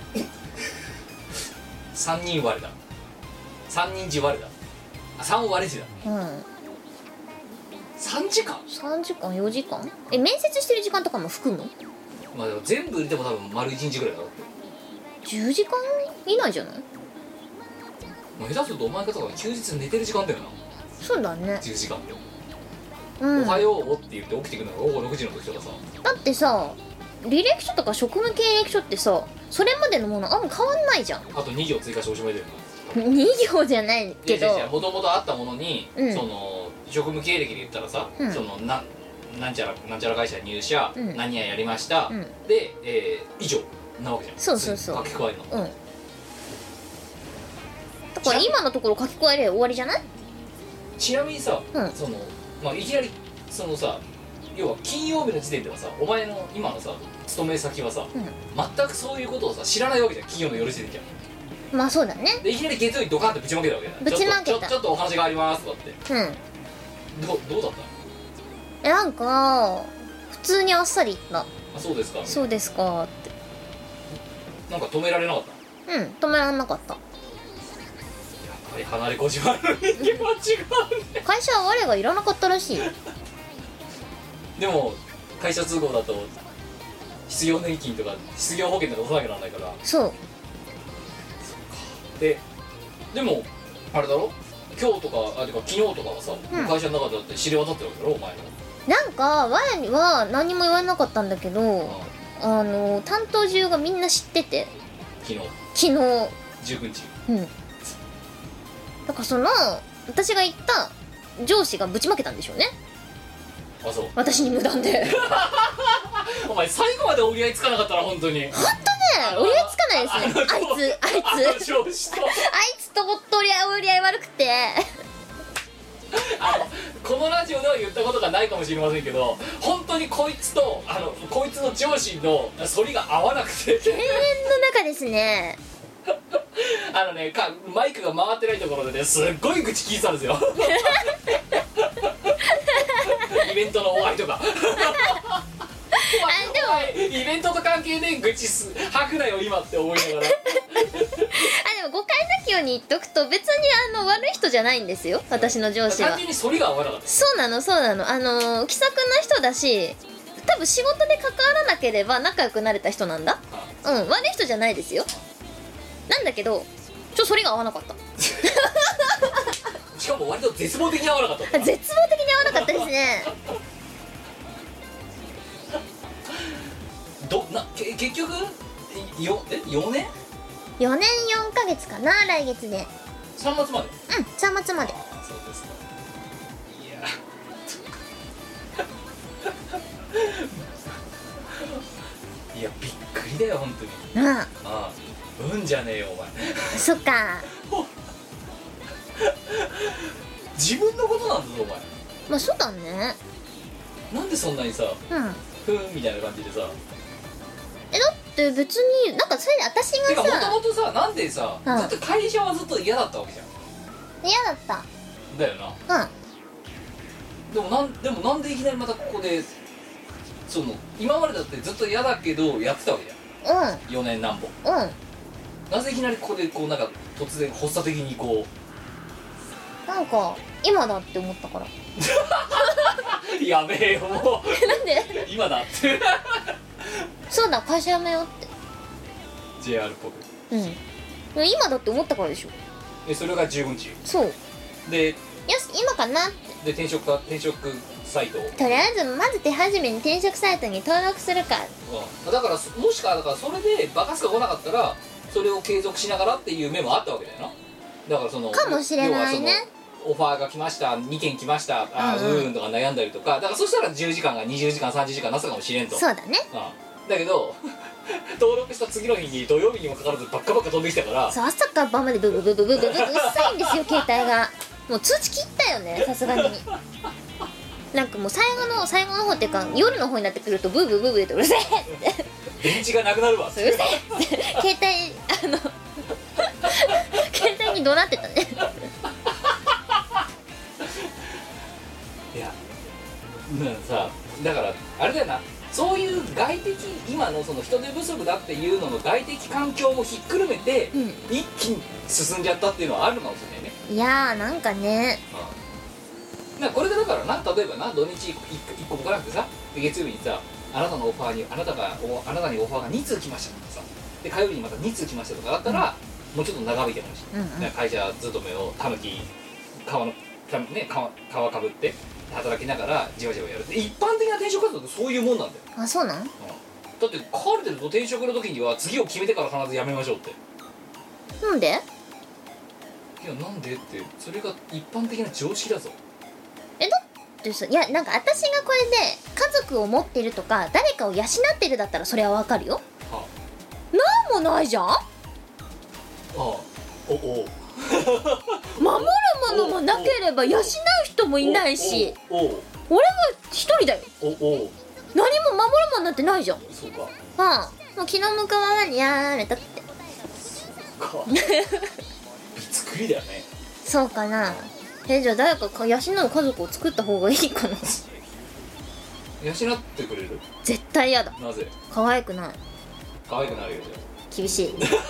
3人割れだ3人字割れだ3割れ字だ。3時間 3時間4時間面接してる時間とかも含むの？ まあでも全部入れても多分丸1日ぐらいだろ。10 時間以内じゃない？ まあ、下手するとお前方が休日寝てる時間だよな。 そうだね。 10時間って、おはようって言って起きてくるのが午後6時の時とかさ。だってさ履歴書とか職務経歴書ってさそれまでのものあんま変わんないじゃん。 あと2行追加しておしまいだよな。2行じゃないけどもともとあったものに、その職務経歴で言ったらさ、そのなんちゃら会社入社、何やりました、で、以上なわけじゃん。 そう書き加えるの。 だから今のところ書き加えれば終わりじゃない？ ちなみにさ、そのまあいきなりそのさ要は金曜日の時点ではさお前の今のさ勤め先はさ、全くそういうことをさ知らないわけじゃん。金曜の夜時点じゃん。 まあそうだね。 でいきなり月曜にドカンってぶちまけたわけだよ。 ぶちまけた。 ちょっとお話がありますとかって。どうだった？ なんか普通にあっさり言った。 あ、そうですか。 そうですかって。 なんか止められなかった？ 止められなかった。やっぱり離れ小島の人間は違うね。 会社は我がいらなかったらしいよ。でも会社都合だと失業年金とか失業保険とか出さなきゃならないから。 そう。 でもあれだろ今日とかてか昨日とかはさ、会社の中でだって知れ渡ってるわけだろお前の。 なんか我には何も言われなかったんだけど、担当中がみんな知ってて昨日 19 日だからその私が言った上司がぶちまけたんでしょうね。 あ、そう。 私に無断でお前最後まで折り合いつかなかったら本当に折り合いつかないですね。あいつと折り合い悪くてこのラジオでは言ったことがないかもしれませんけど本当にこいつとこいつの上司の反りが合わなくて犬猿の中ですねマイクが回ってないところでねすっごい愚痴聞いてたんですよイベントの終わりとかでもイベントと関係ねえ愚痴吐くなよ今って思いながらでも誤解なきように言っとくと別に悪い人じゃないんですよ私の上司は。 単純に反りが合わなかった。 そうなの気さくな人だし多分仕事で関わらなければ仲良くなれた人なんだ。悪い人じゃないですよ。なんだけど反りが合わなかったしかも割と絶望的に合わなかった。 絶望的に合わなかったですね結局4年 4年4ヶ月かな、来月で。 3月まで。 うん、3月まで。 あ、そうですか。いやいや、びっくりだよ本当に。 うん。 ああ、うんじゃねえよお前。 そっか。 自分のことなんだぞお前。 まあそうだね。 なんでそんなにさ、 うん。 ふーんみたいな感じでさ。 だって別になんかそれで私てかがさ、 もともとさ、なんでさ、 うんずっと会社はずっと嫌だったわけじゃん。 嫌だった。 だよな。 うん。 でもなんでいきなりまたここで、その今までだってずっと嫌だけどやってたわけじゃん。4年なんぼ。 うん。 なぜいきなりここでこうなんか突然発作的にこなんか今だって思ったから。 うやべえよもなんで？ う今だってそうだ、会社辞めようって。 JR っぽく。 うん。今だって思ったからでしょ。 それが15日そう。よで、 し、今かなって。 転職サイトを、 とりあえずまず手始めに転職サイトに登録するか。 だからもしかだからそれでバカスが来なかったらそれを継続しながらっていう面もあったわけだよな。だからそのかもしれないね。 オファーが来ました、2件来ました、とか悩んだりとか、だからそしたら10時間が20時間30時間なすかもしれんと。 そうだね。 だけど登録した次の日に土曜日にもかかわらずばっかばっか飛んできたから、 そう、朝から晩までブブブブブブブうっさいんですよ携帯が。もう通知切ったよね、さすがに。なんかもう最後の方っていうか夜の方になってくるとブーブーブーブーってうるせえって電池がなくなるわって。 うるせえって携帯携帯に怒鳴ってたね。 いやさ、だからあれだよな、そういう外的、今のその人手不足だっていうのの外的環境もひっくるめて、一気に進んじゃったっていうのはあるかもしれないね。 いやーなんかね、 これでだからな、例えばな、土日1個も来なくてさ、月曜日にさ、あなたにオファーが2通来ましたとかさ、で火曜日にまた2通来ましたとかだったら、もうちょっと長引いてもいいし、会社勤めを皮かぶって働きながらじわじわやるって一般的な転職活動ってそういうもんなんだよ。 あ、そうなん？ だって書かれてると転職の時には次を決めてから必ず辞めましょうって。 なんで？ いやなんでって、それが一般的な常識だぞ。 だってさ、いやなんか私がこれで家族を持ってるとか誰かを養ってるだったらそれはわかるよ。なんもないじゃん。 お守るものもなければ養う人もいないし、俺は一人だよ。何も守るもんなんてないじゃん。 そうか。 もう気の向くままにやめたって。 そうか。びつくりだよね。 そうかな。じゃあ誰か養う家族を作った方がいいかな。 養ってくれる？ 絶対嫌だ。 なぜ？ 可愛くない。 可愛くなるよじゃあ。 厳しい。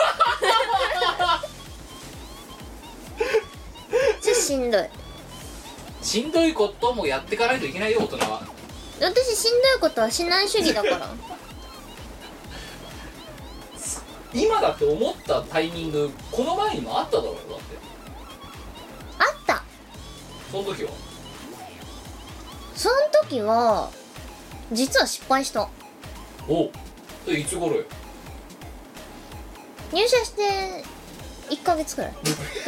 ちょっとしんどい。 しんどいこともやっていかないといけないよ、大人は。 私しんどいことはしない主義だから今だって思ったタイミングこの前にもあっただろうよ。だってあった。 その時は実は失敗した。 お、それいつ頃よ？ 入社して1ヶ月くらい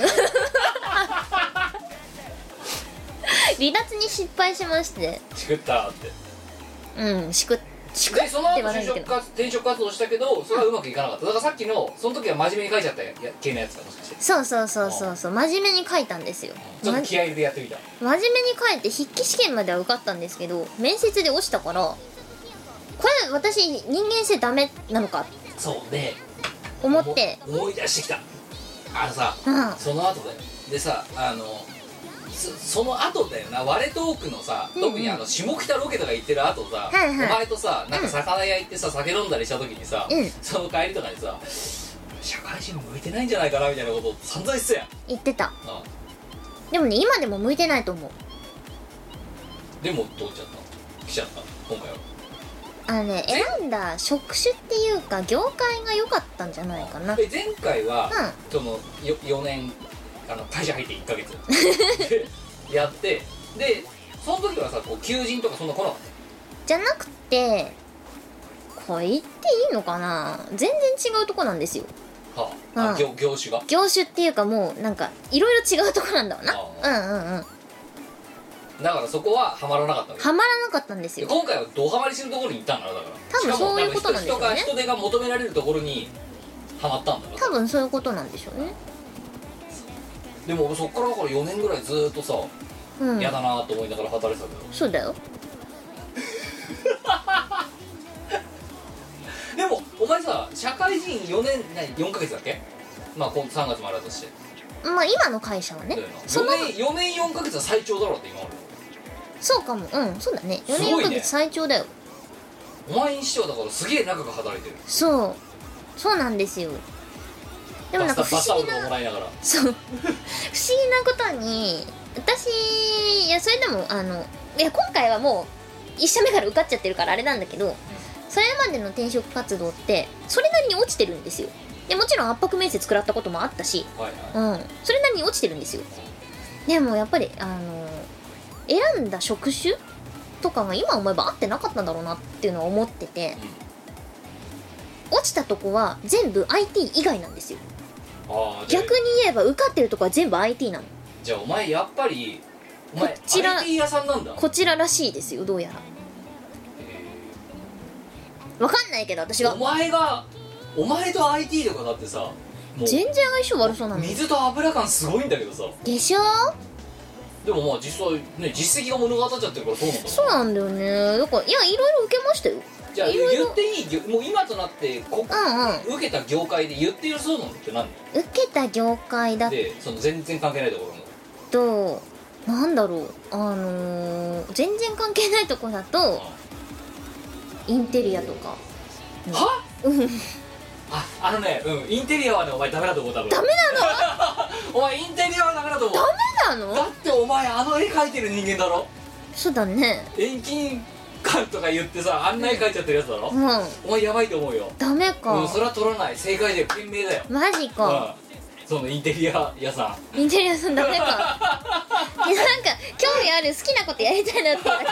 離脱に失敗しまして。 しくったって。 しくでその後転職活動したけどそれはうまくいかなかった。だからさっきのその時は真面目に書いちゃった系のやつかもしかして。 そう真面目に書いたんですよ。 ちょっと気合い入れてやってみた。 真面目に書いて筆記試験までは受かったんですけど面接で落ちたから、これ私人間性ダメなのかそうで思って思い出してきた。さ、その後だよ。でさ、その後だよな、割れトークのさ、特に下北ロケとか行ってる後さ、お前とさ、なんか魚屋行ってさ、酒飲んだりした時にさ、その帰りとかにさ、社会人向いてないんじゃないかなみたいなことを散々言ってたやん。 言ってた。でもね、今でも向いてないと思う。 でも通っちゃった。来ちゃった今回は。 選んだ職種っていうか業界が良かったんじゃないかな。 前回は、その4年会社入って1ヶ月やってでその時はさこう求人とかそんな来なかった？ じゃなくてこれ言っていいのかな、全然違うとこなんですよ。 はあ、業種が業種っていうかもうなんかいろいろ違うとこなんだろうな。 だからそこはハマらなかったわけ。 ハマらなかったんですよ。 今回はドハマりするところに行ったんだろだから。 多分そういうことなんでしょうね。 人手が求められるところにハマったんだろ。 多分そういうことなんでしょうね。 でもそっから4年ぐらいずっとさ、嫌だなと思いながら働いてたけど。 そうだよ。 でもお前さ、社会人4年4ヶ月だっけ？まあ今3月までだとして、 まあ今の会社はね、 4年4ヶ月は最長だろうって今まで。 そうかも。そうだね。4年4ヶ月最長だよ。 お前にしてはだからすげえ長く働いてる。 そうなんですよ。でもなんか不思議な、 もらいながらそう不思議なことに私、いやそれでもいや今回はもう1社目から受かっちゃってるからあれなんだけど、それまでの転職活動ってそれなりに落ちてるんですよ。でもちろん圧迫面接食らったこともあったし、それなりに落ちてるんですよ。でもやっぱり選んだ職種とかが今思えば合ってなかったんだろうなっていうのは思ってて、落ちたとこは全部 IT 以外なんですよ。逆に言えば受かってるとこは全部 IT なの。 じゃあお前やっぱりお前こちら IT 屋さんなんだ。 こちららしいですよ、どうやら。わかんないけど私はお前と IT とかだってさ、もう全然相性悪そうなの。 水と油感すごいんだけどさ。 でしょ。 でもまあ実際ね、実績が物語っちゃってるからそうなんだ。 そうなんだよね。だからいやいろいろ受けましたよ。 じゃあ言っていい、もう今となって受けた業界で言ってよそうなのって何？ 受けた業界だでその全然関係ないところのなんだろう、全然関係ないとこだとインテリアとか。 は？インテリアはねお前ダメだと思う。多分ダメなの？お前インテリアはダメだと思う。 ダメなの？ だってお前絵描いてる人間だろ。 そうだね。 遠近感とか言ってさ、あんな絵描いちゃってるやつだろ。お前やばいと思うよ。 ダメか。 それは取らない。正解だよ。賢明だよ。 マジか。 そのインテリア屋さん。インテリアさんダメか。なんか興味ある、好きなことやりたいなって思ったんだ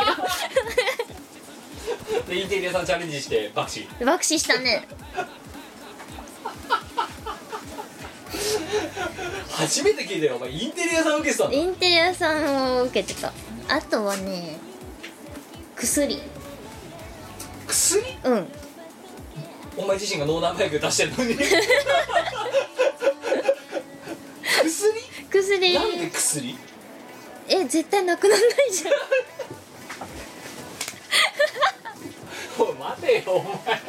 けどでインテリアさんチャレンジして爆死したね。 初めて聞いたよ。お前インテリアさん受けてたんだ。 インテリアさんを受けてた。あとはね、薬。お前自身が脳内麻薬出してるのに薬なんで薬？ 絶対なくならないじゃん。 おい待てよお前。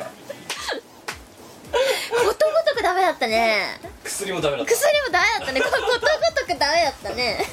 ことごとくダメだったね。 薬もダメだった。 薬もダメだったね。ことごとくダメだったね。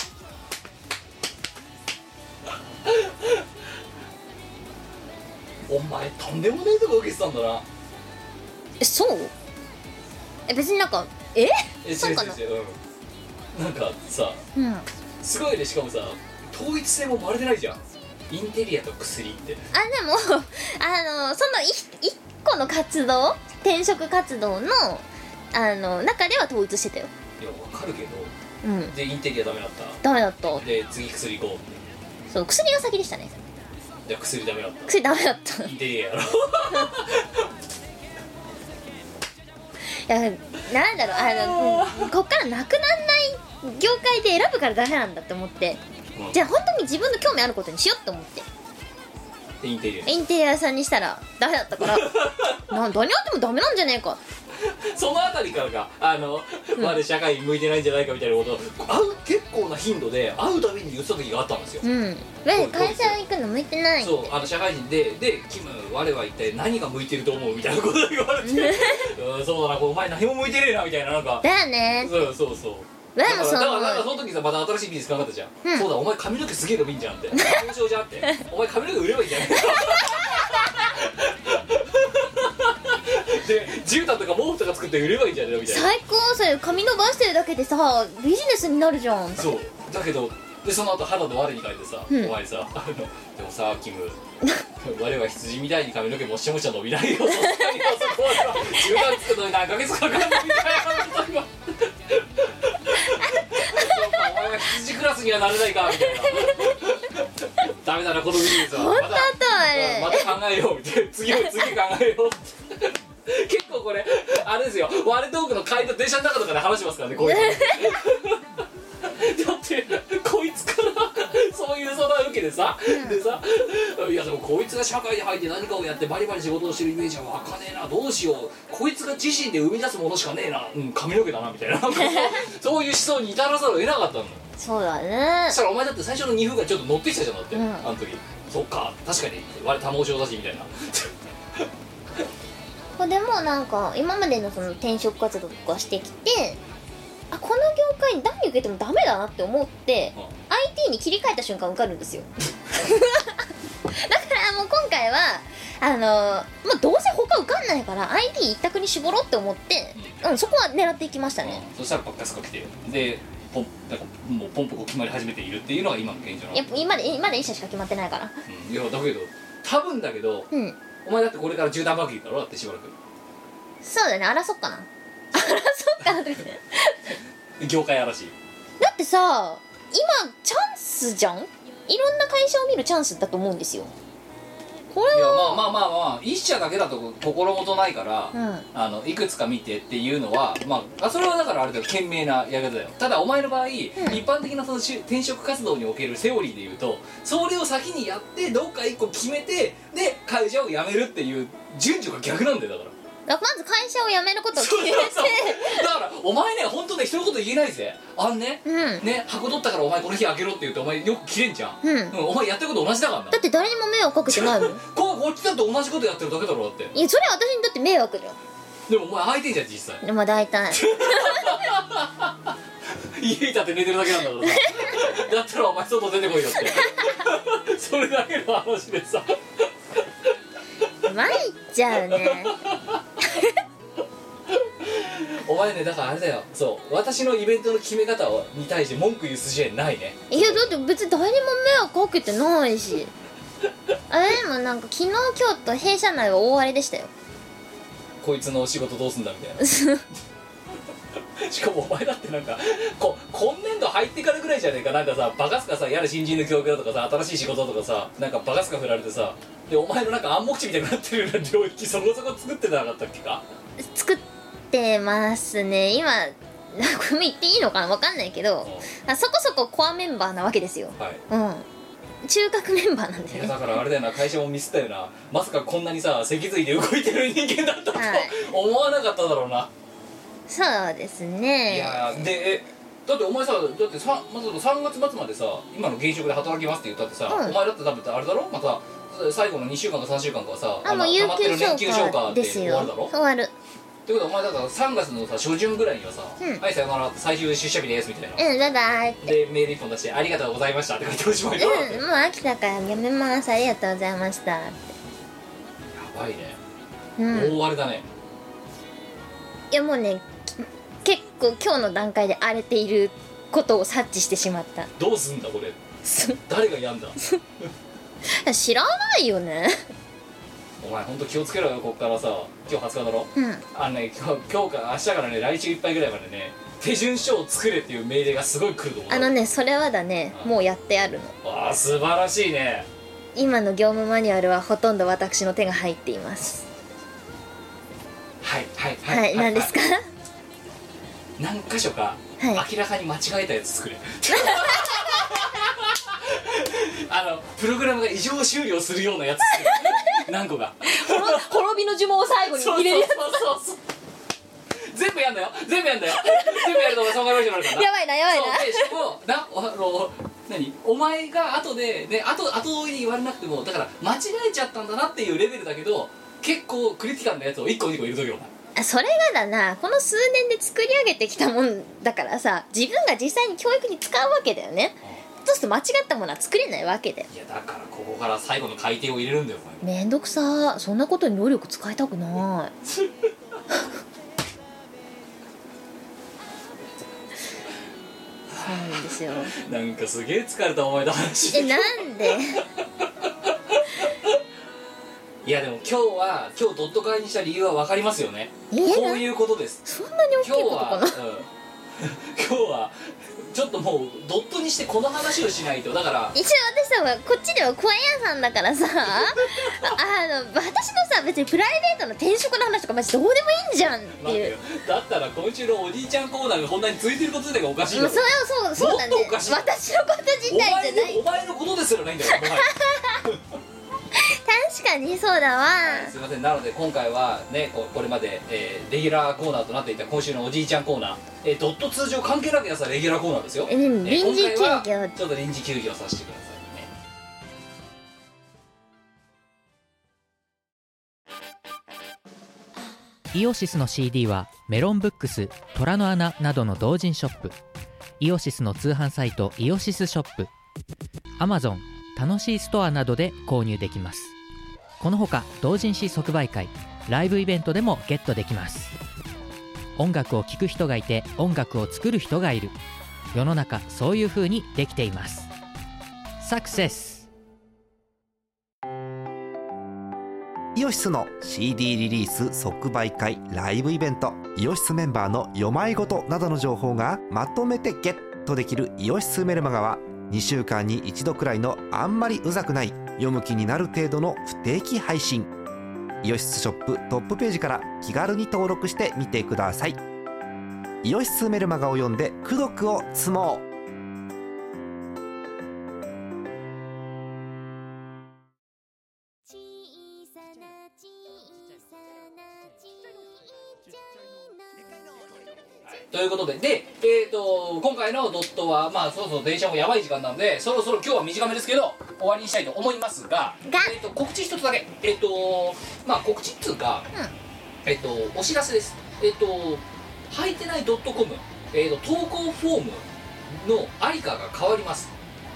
お前とんでもねえとこ受けてたんだな。 そう？別になんかそうかな。 なんかさ、すごいね。しかもさ、統一性もバレてないじゃん。インテリアと薬って。 でもその一個の活動、転職活動の中では統一してたよ。 いやわかるけど、でインテリアダメだった。 ダメだった。 で次薬行こうって。 そう薬が先でしたね。 じゃあ薬ダメだった。 薬ダメだった。 インテリアやろ。 いやなんだろう、こっからなくなんない業界で選ぶからダメなんだって思って、じゃあ本当に自分の興味あることにしようって思って、インテリアさんにしたらダメだったから何やってもダメなんじゃねえか。 そのあたりからかまだ社会に向いてないんじゃないかみたいなことを結構な頻度で会うたびに言ってた時があったんですよ。 会社行くの向いてない。 そう社会人でキム我は一体何が向いてると思うみたいなことを言われてそうだな、お前何も向いてねえなみたいな、なんかだよね。 そうだからその時さ、また新しいビジネス考えたじゃん。そうだ、お前髪の毛すげえのもいいんじゃんって交渉じゃんって。お前髪の毛売ればいいんじゃんで絨毯とか毛布とか作って売ればいいんじゃねみたいな。 最高。それ髪伸ばしてるだけでさビジネスになるじゃん。 そうだけどその後肌の我に書いてさ、お前さでもさキム我は羊みたいに髪の毛もっしゃもしゃ伸びないよ。そこは絨毯作るのに何ヶ月かかるみたいなこと言わお前は羊クラスにはなれないかみたいな。ダメだなこのビジネスは。 本当だあれ。 また考えようみたいな。次考えよう結構これあれですよ、ワレトークの帰りの電車の中とかで話しますからね、こういうだってこいつからそういう相談受けてさ、でさ、いやでもこいつが社会に入って何かをやってバリバリ仕事をしてるイメージは湧かねえな、どうしよう、こいつが自身で生み出すものしかねえな、髪の毛だなみたいなそういう思想に至らざるを得なかったの。 そうだね。 そしたらお前だって最初の2分がちょっと乗ってきたじゃん、だって、あの時。そっか、確かに我玉押しだしみたいなでもなんか今までのその転職活動とかしてきて、あ、この業界に何受けてもダメだなって思って、IT に切り替えた瞬間受かるんですよだからもう今回はまあ、どうせ他受かんないから IT 一択に絞ろうって思って、そこは狙っていきましたね。 そしたらバッカスが来て、でなんかもうポンポコ決まり始めているっていうのが今の現状なの。 やっぱ今で1社しか決まってないから、 いやだけど多分だけど、お前だってこれから絨毯爆撃だろ、だってしばらく。 そうだね、争っかな争っかなって業界嵐だってさ、今チャンスじゃん、いろんな会社を見るチャンスだと思うんですよ。これはいやまあ一社だけだと心もとないから、いくつか見てっていうのは、それはだからあれだよ、賢明なやり方だよ。ただお前の場合、一般的なその転職活動におけるセオリーでいうと、それを先にやってどっか一個決めて、で会社を辞めるっていう順序が逆なんだよ。だからまず会社を辞めることを決めてだからお前ね、本当ね、一言言えないぜ。ね、箱取ったからお前この日開けろって言ってお前よく切れんじゃん、お前やってること同じだからな。 だって誰にも迷惑かけてないもんこっちだって同じことやってるだけだろ、だって。 いや、それは私にとって迷惑だよ。 でもお前空いてんじゃん実際。 でも大体家に立って寝てるだけなんだからさだったらお前外出てこいよってそれだけの話でさ参っちゃうねお前ね、だからあれだよ、そう私のイベントの決め方に対して文句言う筋合いないね。 いやだって別に誰にも迷惑かけてないしあれでもなんか昨日今日と弊社内は大荒れでしたよ。 こいつのお仕事どうすんだみたいなしかもお前だってなんか今年度入ってからぐらいじゃねえか、なんかさバカすかさ、やれ新人の教育だとかさ、新しい仕事とかさ、なんかバカすか振られてさ、でお前のなんか暗黙知みたいになってるような領域そこそこ作ってなかったっけか。 作ってますね今これも言っていいのかな分かんないけど、そこそこコアメンバーなわけですよ。中核メンバーなんだよね。 だからあれだよな、会社もミスったよな。まさかこんなにさ脊髄で動いてる人間だったと思わなかっただろうな。 そうですね。 いやでだってお前さ、だってまず3月末までさ今の現職で働きますって言ったってさ、お前だって多分あれだろ、また最後の2週間か3週間かはさ、 もう有給消化って終わるだろ。 終わるってことはお前だから3月のさ初旬ぐらいにはさ「はいさよなら」って最終出社日ですみたいな、 バイバイってでメール1本出して「ありがとうございました」って書いておしまいだろ。 もう飽きたからやめます、ありがとうございましたって。 やばいね、大荒れだね。 いやもうね、結構今日の段階で荒れていることを察知してしまった。 どうすんだこれ誰がやんだ知らないよねお前ほんと気をつけろよ、こっからさ、今日20日だろ、今日から明日からね、来週いっぱいぐらいまでね、手順書を作れっていう命令がすごい来ると思う。 それはだね、もうやってあるの。 わあ素晴らしいね。 今の業務マニュアルはほとんど私の手が入っています。はい何ですか何箇所か、明らかに間違えたやつ作れプログラムが異常終了するようなやつ作れ何個か滅びの呪文を最後に入れるやつそう全部やんだよ全部やるとお前損害賠償になるからな。 やばいなそうでしかもお前が後で後追いに言われなくても、だから間違えちゃったんだなっていうレベルだけど、結構クリティカルなやつを1個2個入れとけよ。 それがだな、この数年で作り上げてきたもんだからさ、自分が実際に教育に使うわけだよね。そうすると間違ったものは作れないわけで。 いやだからここから最後の改定を入れるんだよお前。 めんどくさ、そんなことに能力使いたくないそうなんですよ。 なんかすげえ疲れたお前の話。 なんでいやでも今日ドット会にした理由は分かりますよね。こういうことです。 そんなに大きいことかな。 今日はちょっともうドットにしてこの話をしないと。だから一応私さこっちでは小屋屋さんだからさ私のさ別にプライベートの転職の話とかマジどうでもいいんじゃんっていう。 だったら今週のおじいちゃんコーナーがこんなに続いてること自体がおかしいだろ。 そうだね。 もっとおかしい。 私のこと自体じゃない。 お前のことですらないんだよ。 確かにそうだわ、 すいません。なので今回はねこれまで、レギュラーコーナーとなっていた今週のおじいちゃんコーナー、ドット通常関係なくやつはレギュラーコーナーですよ。 臨時休業、 今回はちょっと臨時休業させてくださいね。 イオシスの CD はメロンブックス、虎の穴などの同人ショップ、イオシスの通販サイトイオシスショップ、Amazon、楽しいストアなどで購入できます。このほか同人誌即売会、ライブイベントでもゲットできます。音楽を聴く人がいて音楽を作る人がいる。世の中そういう風にできています。サクセス。 イオシスの CD リリース即売会、ライブイベント、イオシスメンバーの読まいごとなどの情報がまとめてゲットできるイオシスメルマガは2週間に1度くらいのあんまりうざくない読む気になる程度の不定期配信。イオシスショップトップページから気軽に登録してみてください。イオシスメルマガを読んで功徳を積もう。 ということで、今回のドットはそろそろ電車もやばい時間なので、そろそろ今日は短めですけど終わりにしたいと思いますが、告知一つだけ。告知っつうか、お知らせです。はいてない .com、投稿フォームのありかが変わります。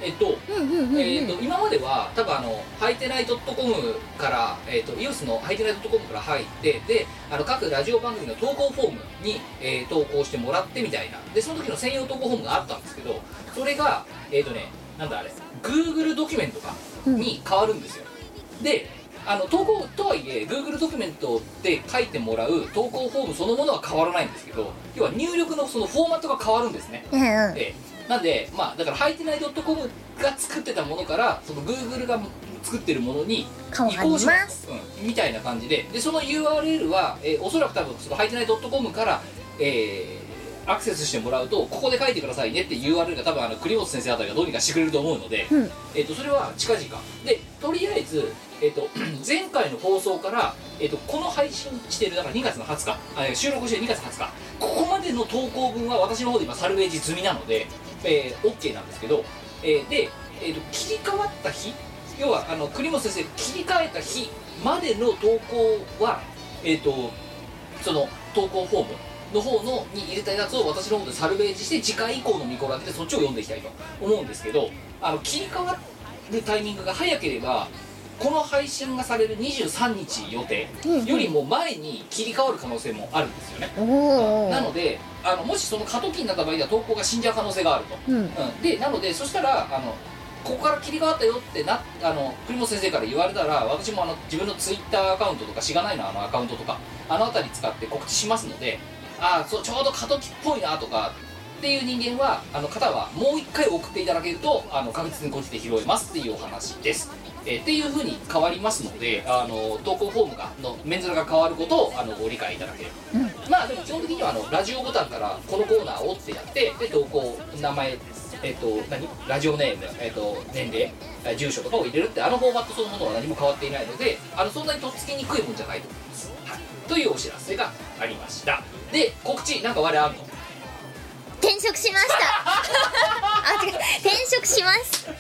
今までは多分はいてない .com から、イオスのはいてない .com から入って、で各ラジオ番組の投稿フォームに、投稿してもらってみたいな。でその時の専用投稿フォームがあったんですけど、それがなんだあれ Google ドキュメントかに変わるんですよ。で投稿とはいえ Google ドキュメントで書いてもらう投稿フォームそのものは変わらないんですけど、要は入力のそのフォーマットが変わるんですね。なんでだからはいてない .com が作ってたものからその Google が作ってるものに移行します、みたいな感じで、その URL は、おそらく多分そのはいてない .com から、アクセスしてもらうとここで書いてくださいねって URL が多分栗本先生あたりがどうにかしてくれると思うので、それは近々で、とりあえず前回の放送から、この配信しているだから2月の20日収録して2月20日ここまでの投稿分は私の方で今サルベージ済みなので、OK なんですけど、で、切り替わった日、要は栗本先生が切り替えた日までの投稿は、その投稿フォームの方に入れたやつを私の方でサルベージして次回以降の見こらでそっちを読んでいきたいと思うんですけど、切り替わるタイミングが早ければこの配信がされる23日予定よりも前に切り替わる可能性もあるんですよね。なのでもしその過渡期になった場合には投稿が死んじゃう可能性があると、でなのでそしたらここから切り替わったよって栗本先生から言われたら、私も自分のツイッターアカウントとかしがないのアカウントとか辺り使って告知しますので、そうちょうど過渡期っぽいなとかっていう人間は方はもう一回送っていただけると確実にこっちで拾えますっていうお話です。っていう風に変わりますので、投稿フォームの面面が変わることをご理解いただければ、でも基本的にはラジオボタンからこのコーナーをってやって、で投稿名前ラジオネーム、年齢、住所とかを入れるってフォーマットそのものは何も変わっていないので、そんなにとっつきにくいもんじゃないと思います、というお知らせがありました。で告知なんか我々あるの？ 転職しました違う、転職します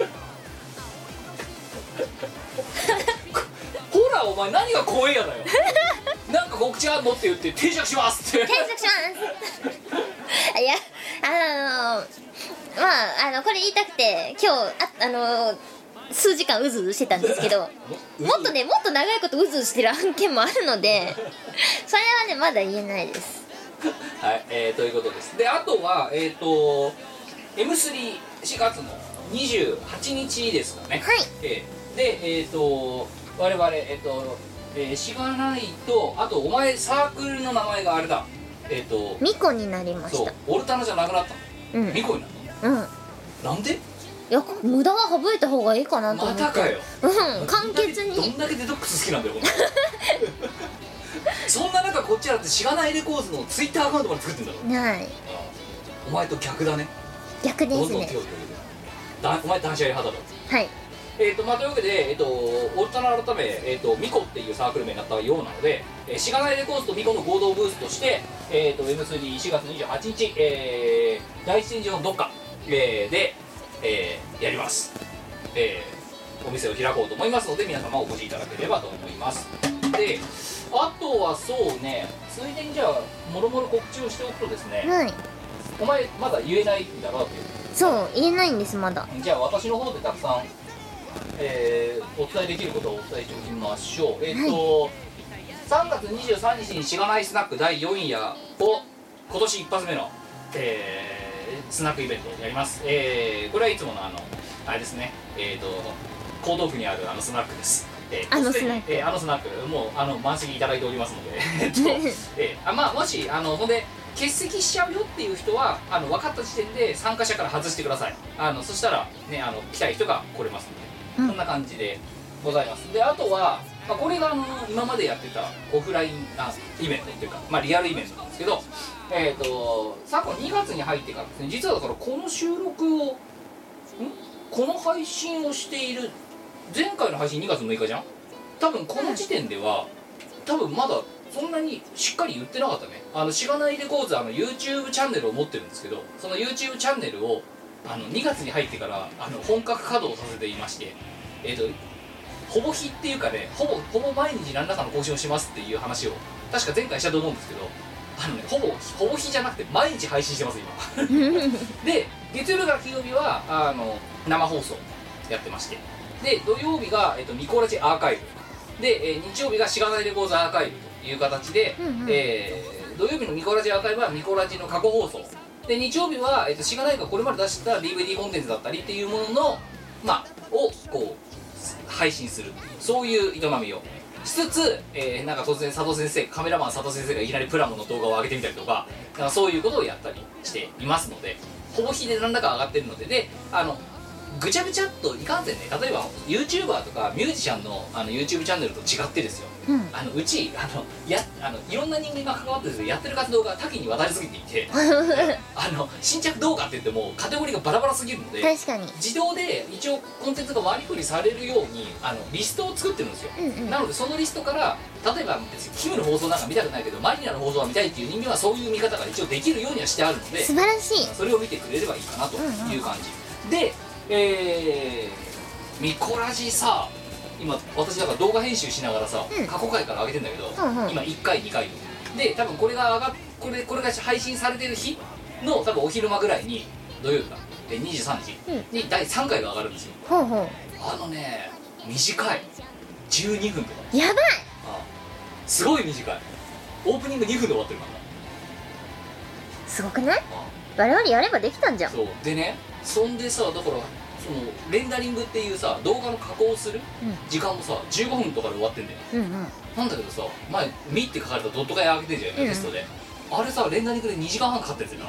ほらお前何が怖えやだよなんか告知あんのって言って転職しますって転職しますいやこれ言いたくて今日数時間うずうずしてたんですけどもっと長いことうずうずしてる案件もあるのでそれはねまだ言えないですはい、ということです。であとはM3 4月の28日ですかね。 はい。 で我々しがないと、あとお前サークルの名前があれだミコになりました。 そうオルタナじゃなくなったミコになるの？なんで？ いや無駄は省いた方がいいかなと思って。 またかよ。 簡潔に。 どんだけデトックス好きなんだよこのそんな中こっちだってしがないレコーズのツイッターアカウントまで作ってんだろ。 はいお前と逆だね。 逆ですね。 どんどん手を広げる。お前断捨離派だろ。 はい。 まあ、というわけで、オルタナ改め、ミコっていうサークル名になったようなので、しがないレコーズとミコの合同ブースとして、M3 4月28日、第一展示のどっか、で、やります、お店を開こうと思いますので、皆様お越しいただければと思います。で、あとはそうね、ついでにじゃあもろもろ告知をしておくとですね、 はい。 お前まだ言えないんだろうっていう。 そう言えないんですまだ。 じゃあ私の方でたくさんお伝えできることをお伝えしておきましょう。3月23日にしがないスナック第4夜を今年一発目の、スナックイベントをやります。これはいつものあれですね、江東区にあるスナックです。 あのスナック、 あのスナックもう満席いただいておりますのでまあもしほんで欠席しちゃうよっていう人は分かった時点で参加者から外してください。そしたらね来たい人が来れますので、こんな感じでございます。であとは、これが今までやってたオフラインイベントっていうか、リアルイベントなんですけど、昨今2月に入ってからですね、実はだからこの収録をこの配信をしている前回の配信2月6日じゃん。多分この時点では多分まだそんなにしっかり言ってなかったね。しがないレコーズYouTube チャンネルを持ってるんですけど、その YouTube チャンネルを2月に入ってから本格稼働させていまして、ほぼ日っていうかね、ほぼ毎日何らかの更新をしますっていう話を確か前回したと思うんですけど、ほぼ日じゃなくて毎日配信してます今で月曜日から金曜日は生放送やってまして、で土曜日が、ミコラジアーカイブで、日曜日がしがないレコーズアーカイブという形で、土曜日のミコラジアーカイブはミコラジの過去放送で、日曜日は、しがないがこれまで出した DVD コンテンツだったりっていうもののをこう配信するっていう、そういう営みをしつつ、なんか突然佐藤先生、カメラマン佐藤先生がいきなりプラモの動画を上げてみたりとか、なんかそういうことをやったりしていますので、ほぼ日で何らか上がってるので、ぐちゃぐちゃっといかんせんね、例えば YouTuber とかミュージシャンのYouTube チャンネルと違ってですよ、うちいろんな人間が関わってですね、やってる活動が多岐にわたりすぎていて新着動画って言ってもカテゴリーがバラバラすぎるので、 確かに自動で一応コンテンツが割り振りされるようにリストを作ってるんですよ、なのでそのリストから例えば別にキムの放送なんか見たくないけどマリナの放送は見たいっていう人間はそういう見方が一応できるようにはしてあるので、 素晴らしい。 それを見てくれればいいかなという感じ、でミコラジさ、今私だから動画編集しながらさ、過去回から上げてんだけど、今1回2回で、多分これがこれが配信されてる日の多分お昼間ぐらいに土曜日か23時に第3回が上がるんですよ。短い12分とかやばい、 すごい短い。オープニング2分で終わってるからすごくない？我々やればできたんじゃん。 そうでね、そんでさ、だからそのレンダリングっていうさ動画の加工をする時間もさ15分とかで終わってんだよ、なんだけどさ、前「ミ」って書かれたドットが上げてんじゃん、テストで。あれさレンダリングで2時間半かかってるんですよ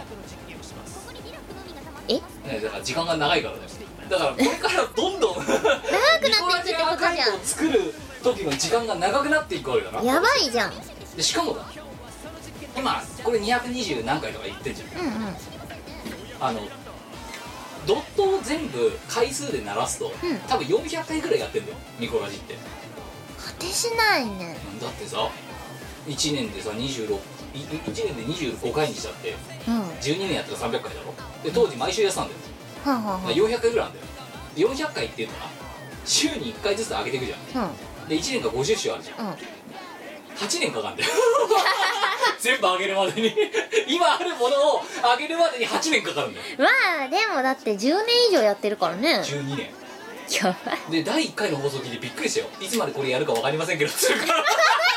ね、だから時間が長いからね。だからこれからどんどん長くなっていくってことじゃん。を作る時の時間が長くなっていくわけだな。 やばいじゃん。 でしかもだ、今これ220何回とか言ってんじゃん、ドットを全部回数で鳴らすと、多分400回ぐらいやってんだよミコラジって。 果てしないね。 だってさ1年でさ1年で25回にしちゃって、12年やったら300回だろ。で当時毎週やってたんだよ、400回ぐらいなんだよ。400回っていうのは週に1回ずつ上げていくじゃん、で1年が50週あるじゃん、8年かかんだよ全部上げるまでに今あるものを上げるまでに8年かかるんだよ。 でもだって10年以上やってるからね。 12年やばい。 で第1回の放送聞いてびっくりしたよ。いつまでこれやるか分かりませんけどするから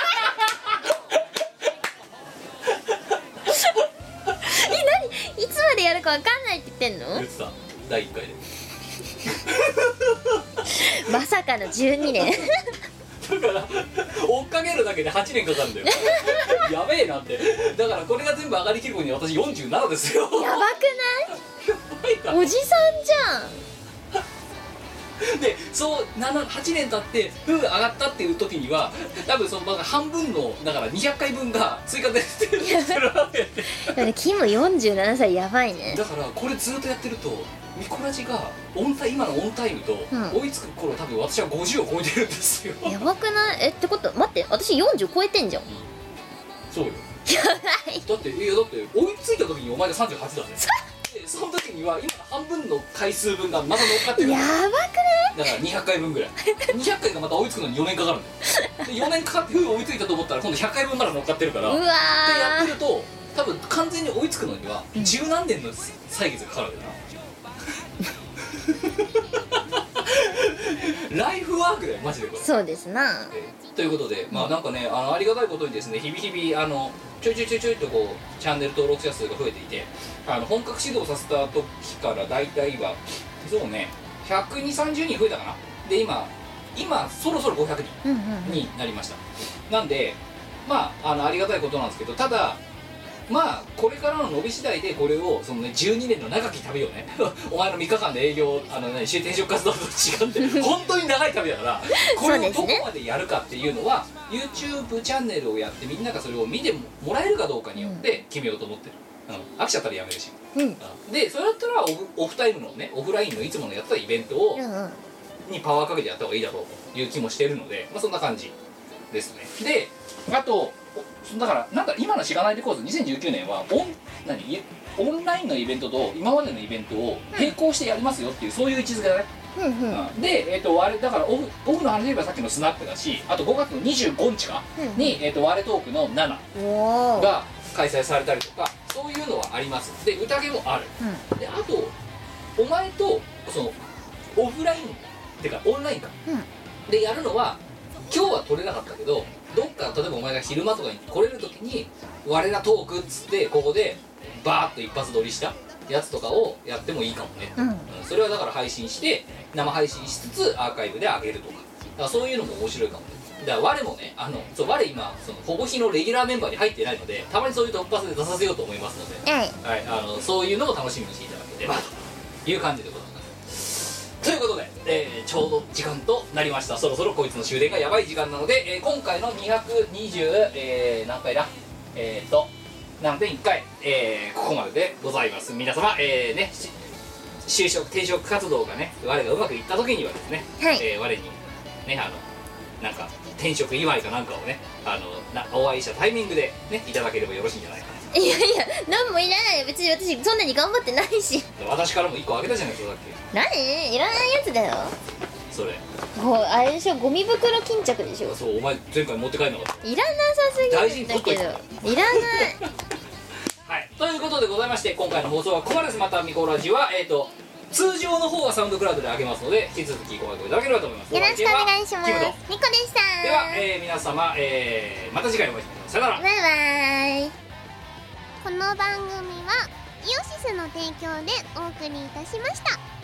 いつまでやるか分かんないって言ってんの？ 言ってた、第1回でまさかの12年だから追っかけるだけで8年かかるんだよやべえなって。だからこれが全部上がりきる子に私47ですよやばくない？ ばいから。 おじさんじゃん。 でそう8年経って上がったっていう時には多分その半分のだから200回分が追加で出てるわけでだってキム47歳やばいね。 だからこれずっとやってるとミコラジが今のオンタイムと追いつく頃、多分私は50を超えてるんですよ。 やばくない？ってこと待って、私40超えてんじゃん。 そうよ。 やばい。 だって追いついた時にお前が38だね。その時には今の半分の回数分がまた乗っかってる。 やばくない？ だから200回分ぐらい200回がまた追いつくのに4年かかるんだよ。で4年かかって追いついたと思ったら今度100回分まだ乗っかってるから、 うわー、 でやってると多分完全に追いつくのには十何年の歳月がかかるわけだなライフワークだよマジでこれ。 そうですな。 ということで、まあなんかね、ありがたいことにですね、日々ちょいとこうチャンネル登録者数が増えていて、本格始動させた時から大体はそうね120、30人増えたかな。で今そろそろ500人になりました。なんでまあありがたいことなんですけど、ただまあこれからの伸び次第でこれをそのね12年の長き旅をねお前の3日間で営業転職活動と違って本当に長い旅だからこれをどこまでやるかっていうのは YouTube チャンネルをやってみんながそれを見てもらえるかどうかによって決めようと思ってる。飽きちゃったらやめるし、でそれだったらオフタイムのねオフラインのいつものやったイベントをにパワーかけてやった方がいいだろうという気もしているので、まあそんな感じですね。であとだからなんか今のしがないでコース2019年はオンラインのイベントと今までのイベントを並行してやりますよっていうそういう位置づけだね。で、あれだからオフの話で言えばさっきのスナップだし、あと5月の25日かに、ワレトークの7が開催されたりとかそういうのはあります。で宴もある、であとお前とそのオフラインってかオンラインか、でやるのは今日は撮れなかったけどどっか例えばお前が昼間とかに来れる時に我らトークっつってここでバーッと一発撮りしたやつとかをやってもいいかもね、それはだから配信して生配信しつつアーカイブで上げるとか、だからそういうのも面白いかもね。だから我もね我今そのほぼ日のレギュラーメンバーに入ってないのでたまにそういう突発で出させようと思いますので、そういうのも楽しみにしていただければという感じでございます。ということで、ちょうど時間となりました。そろそろこいつの終電がやばい時間なので、今回の220、何回だ7.1回、ここまででございます。皆様、ね就職転職活動がね我がうまくいった時にはですね、我にねなんか転職祝いかなんかをねお会いしたタイミングでねいただければよろしいんじゃないかな。 いやいや何もいらないよ別に。私そんなに頑張ってないし。 私からも1個あげたじゃないですかさっ何いらないやつだよそれ。 あれでしょ、ゴミ袋巾着でしょ。 そうお前前回持って帰んなかった。 いらなさすぎ大事にるんだけ取っといてどいらないはい、ということでございまして今回の放送はここまでです。またミコラジは通常の方はサウンドクラウドで上げますので引き続きご愛顧いただければと思います。 よろしくお願いします。ニコでしたでは、皆様、また次回お会いしましょう。さよなら。 バイバイ。 この番組はイオシスの提供でお送りいたしました。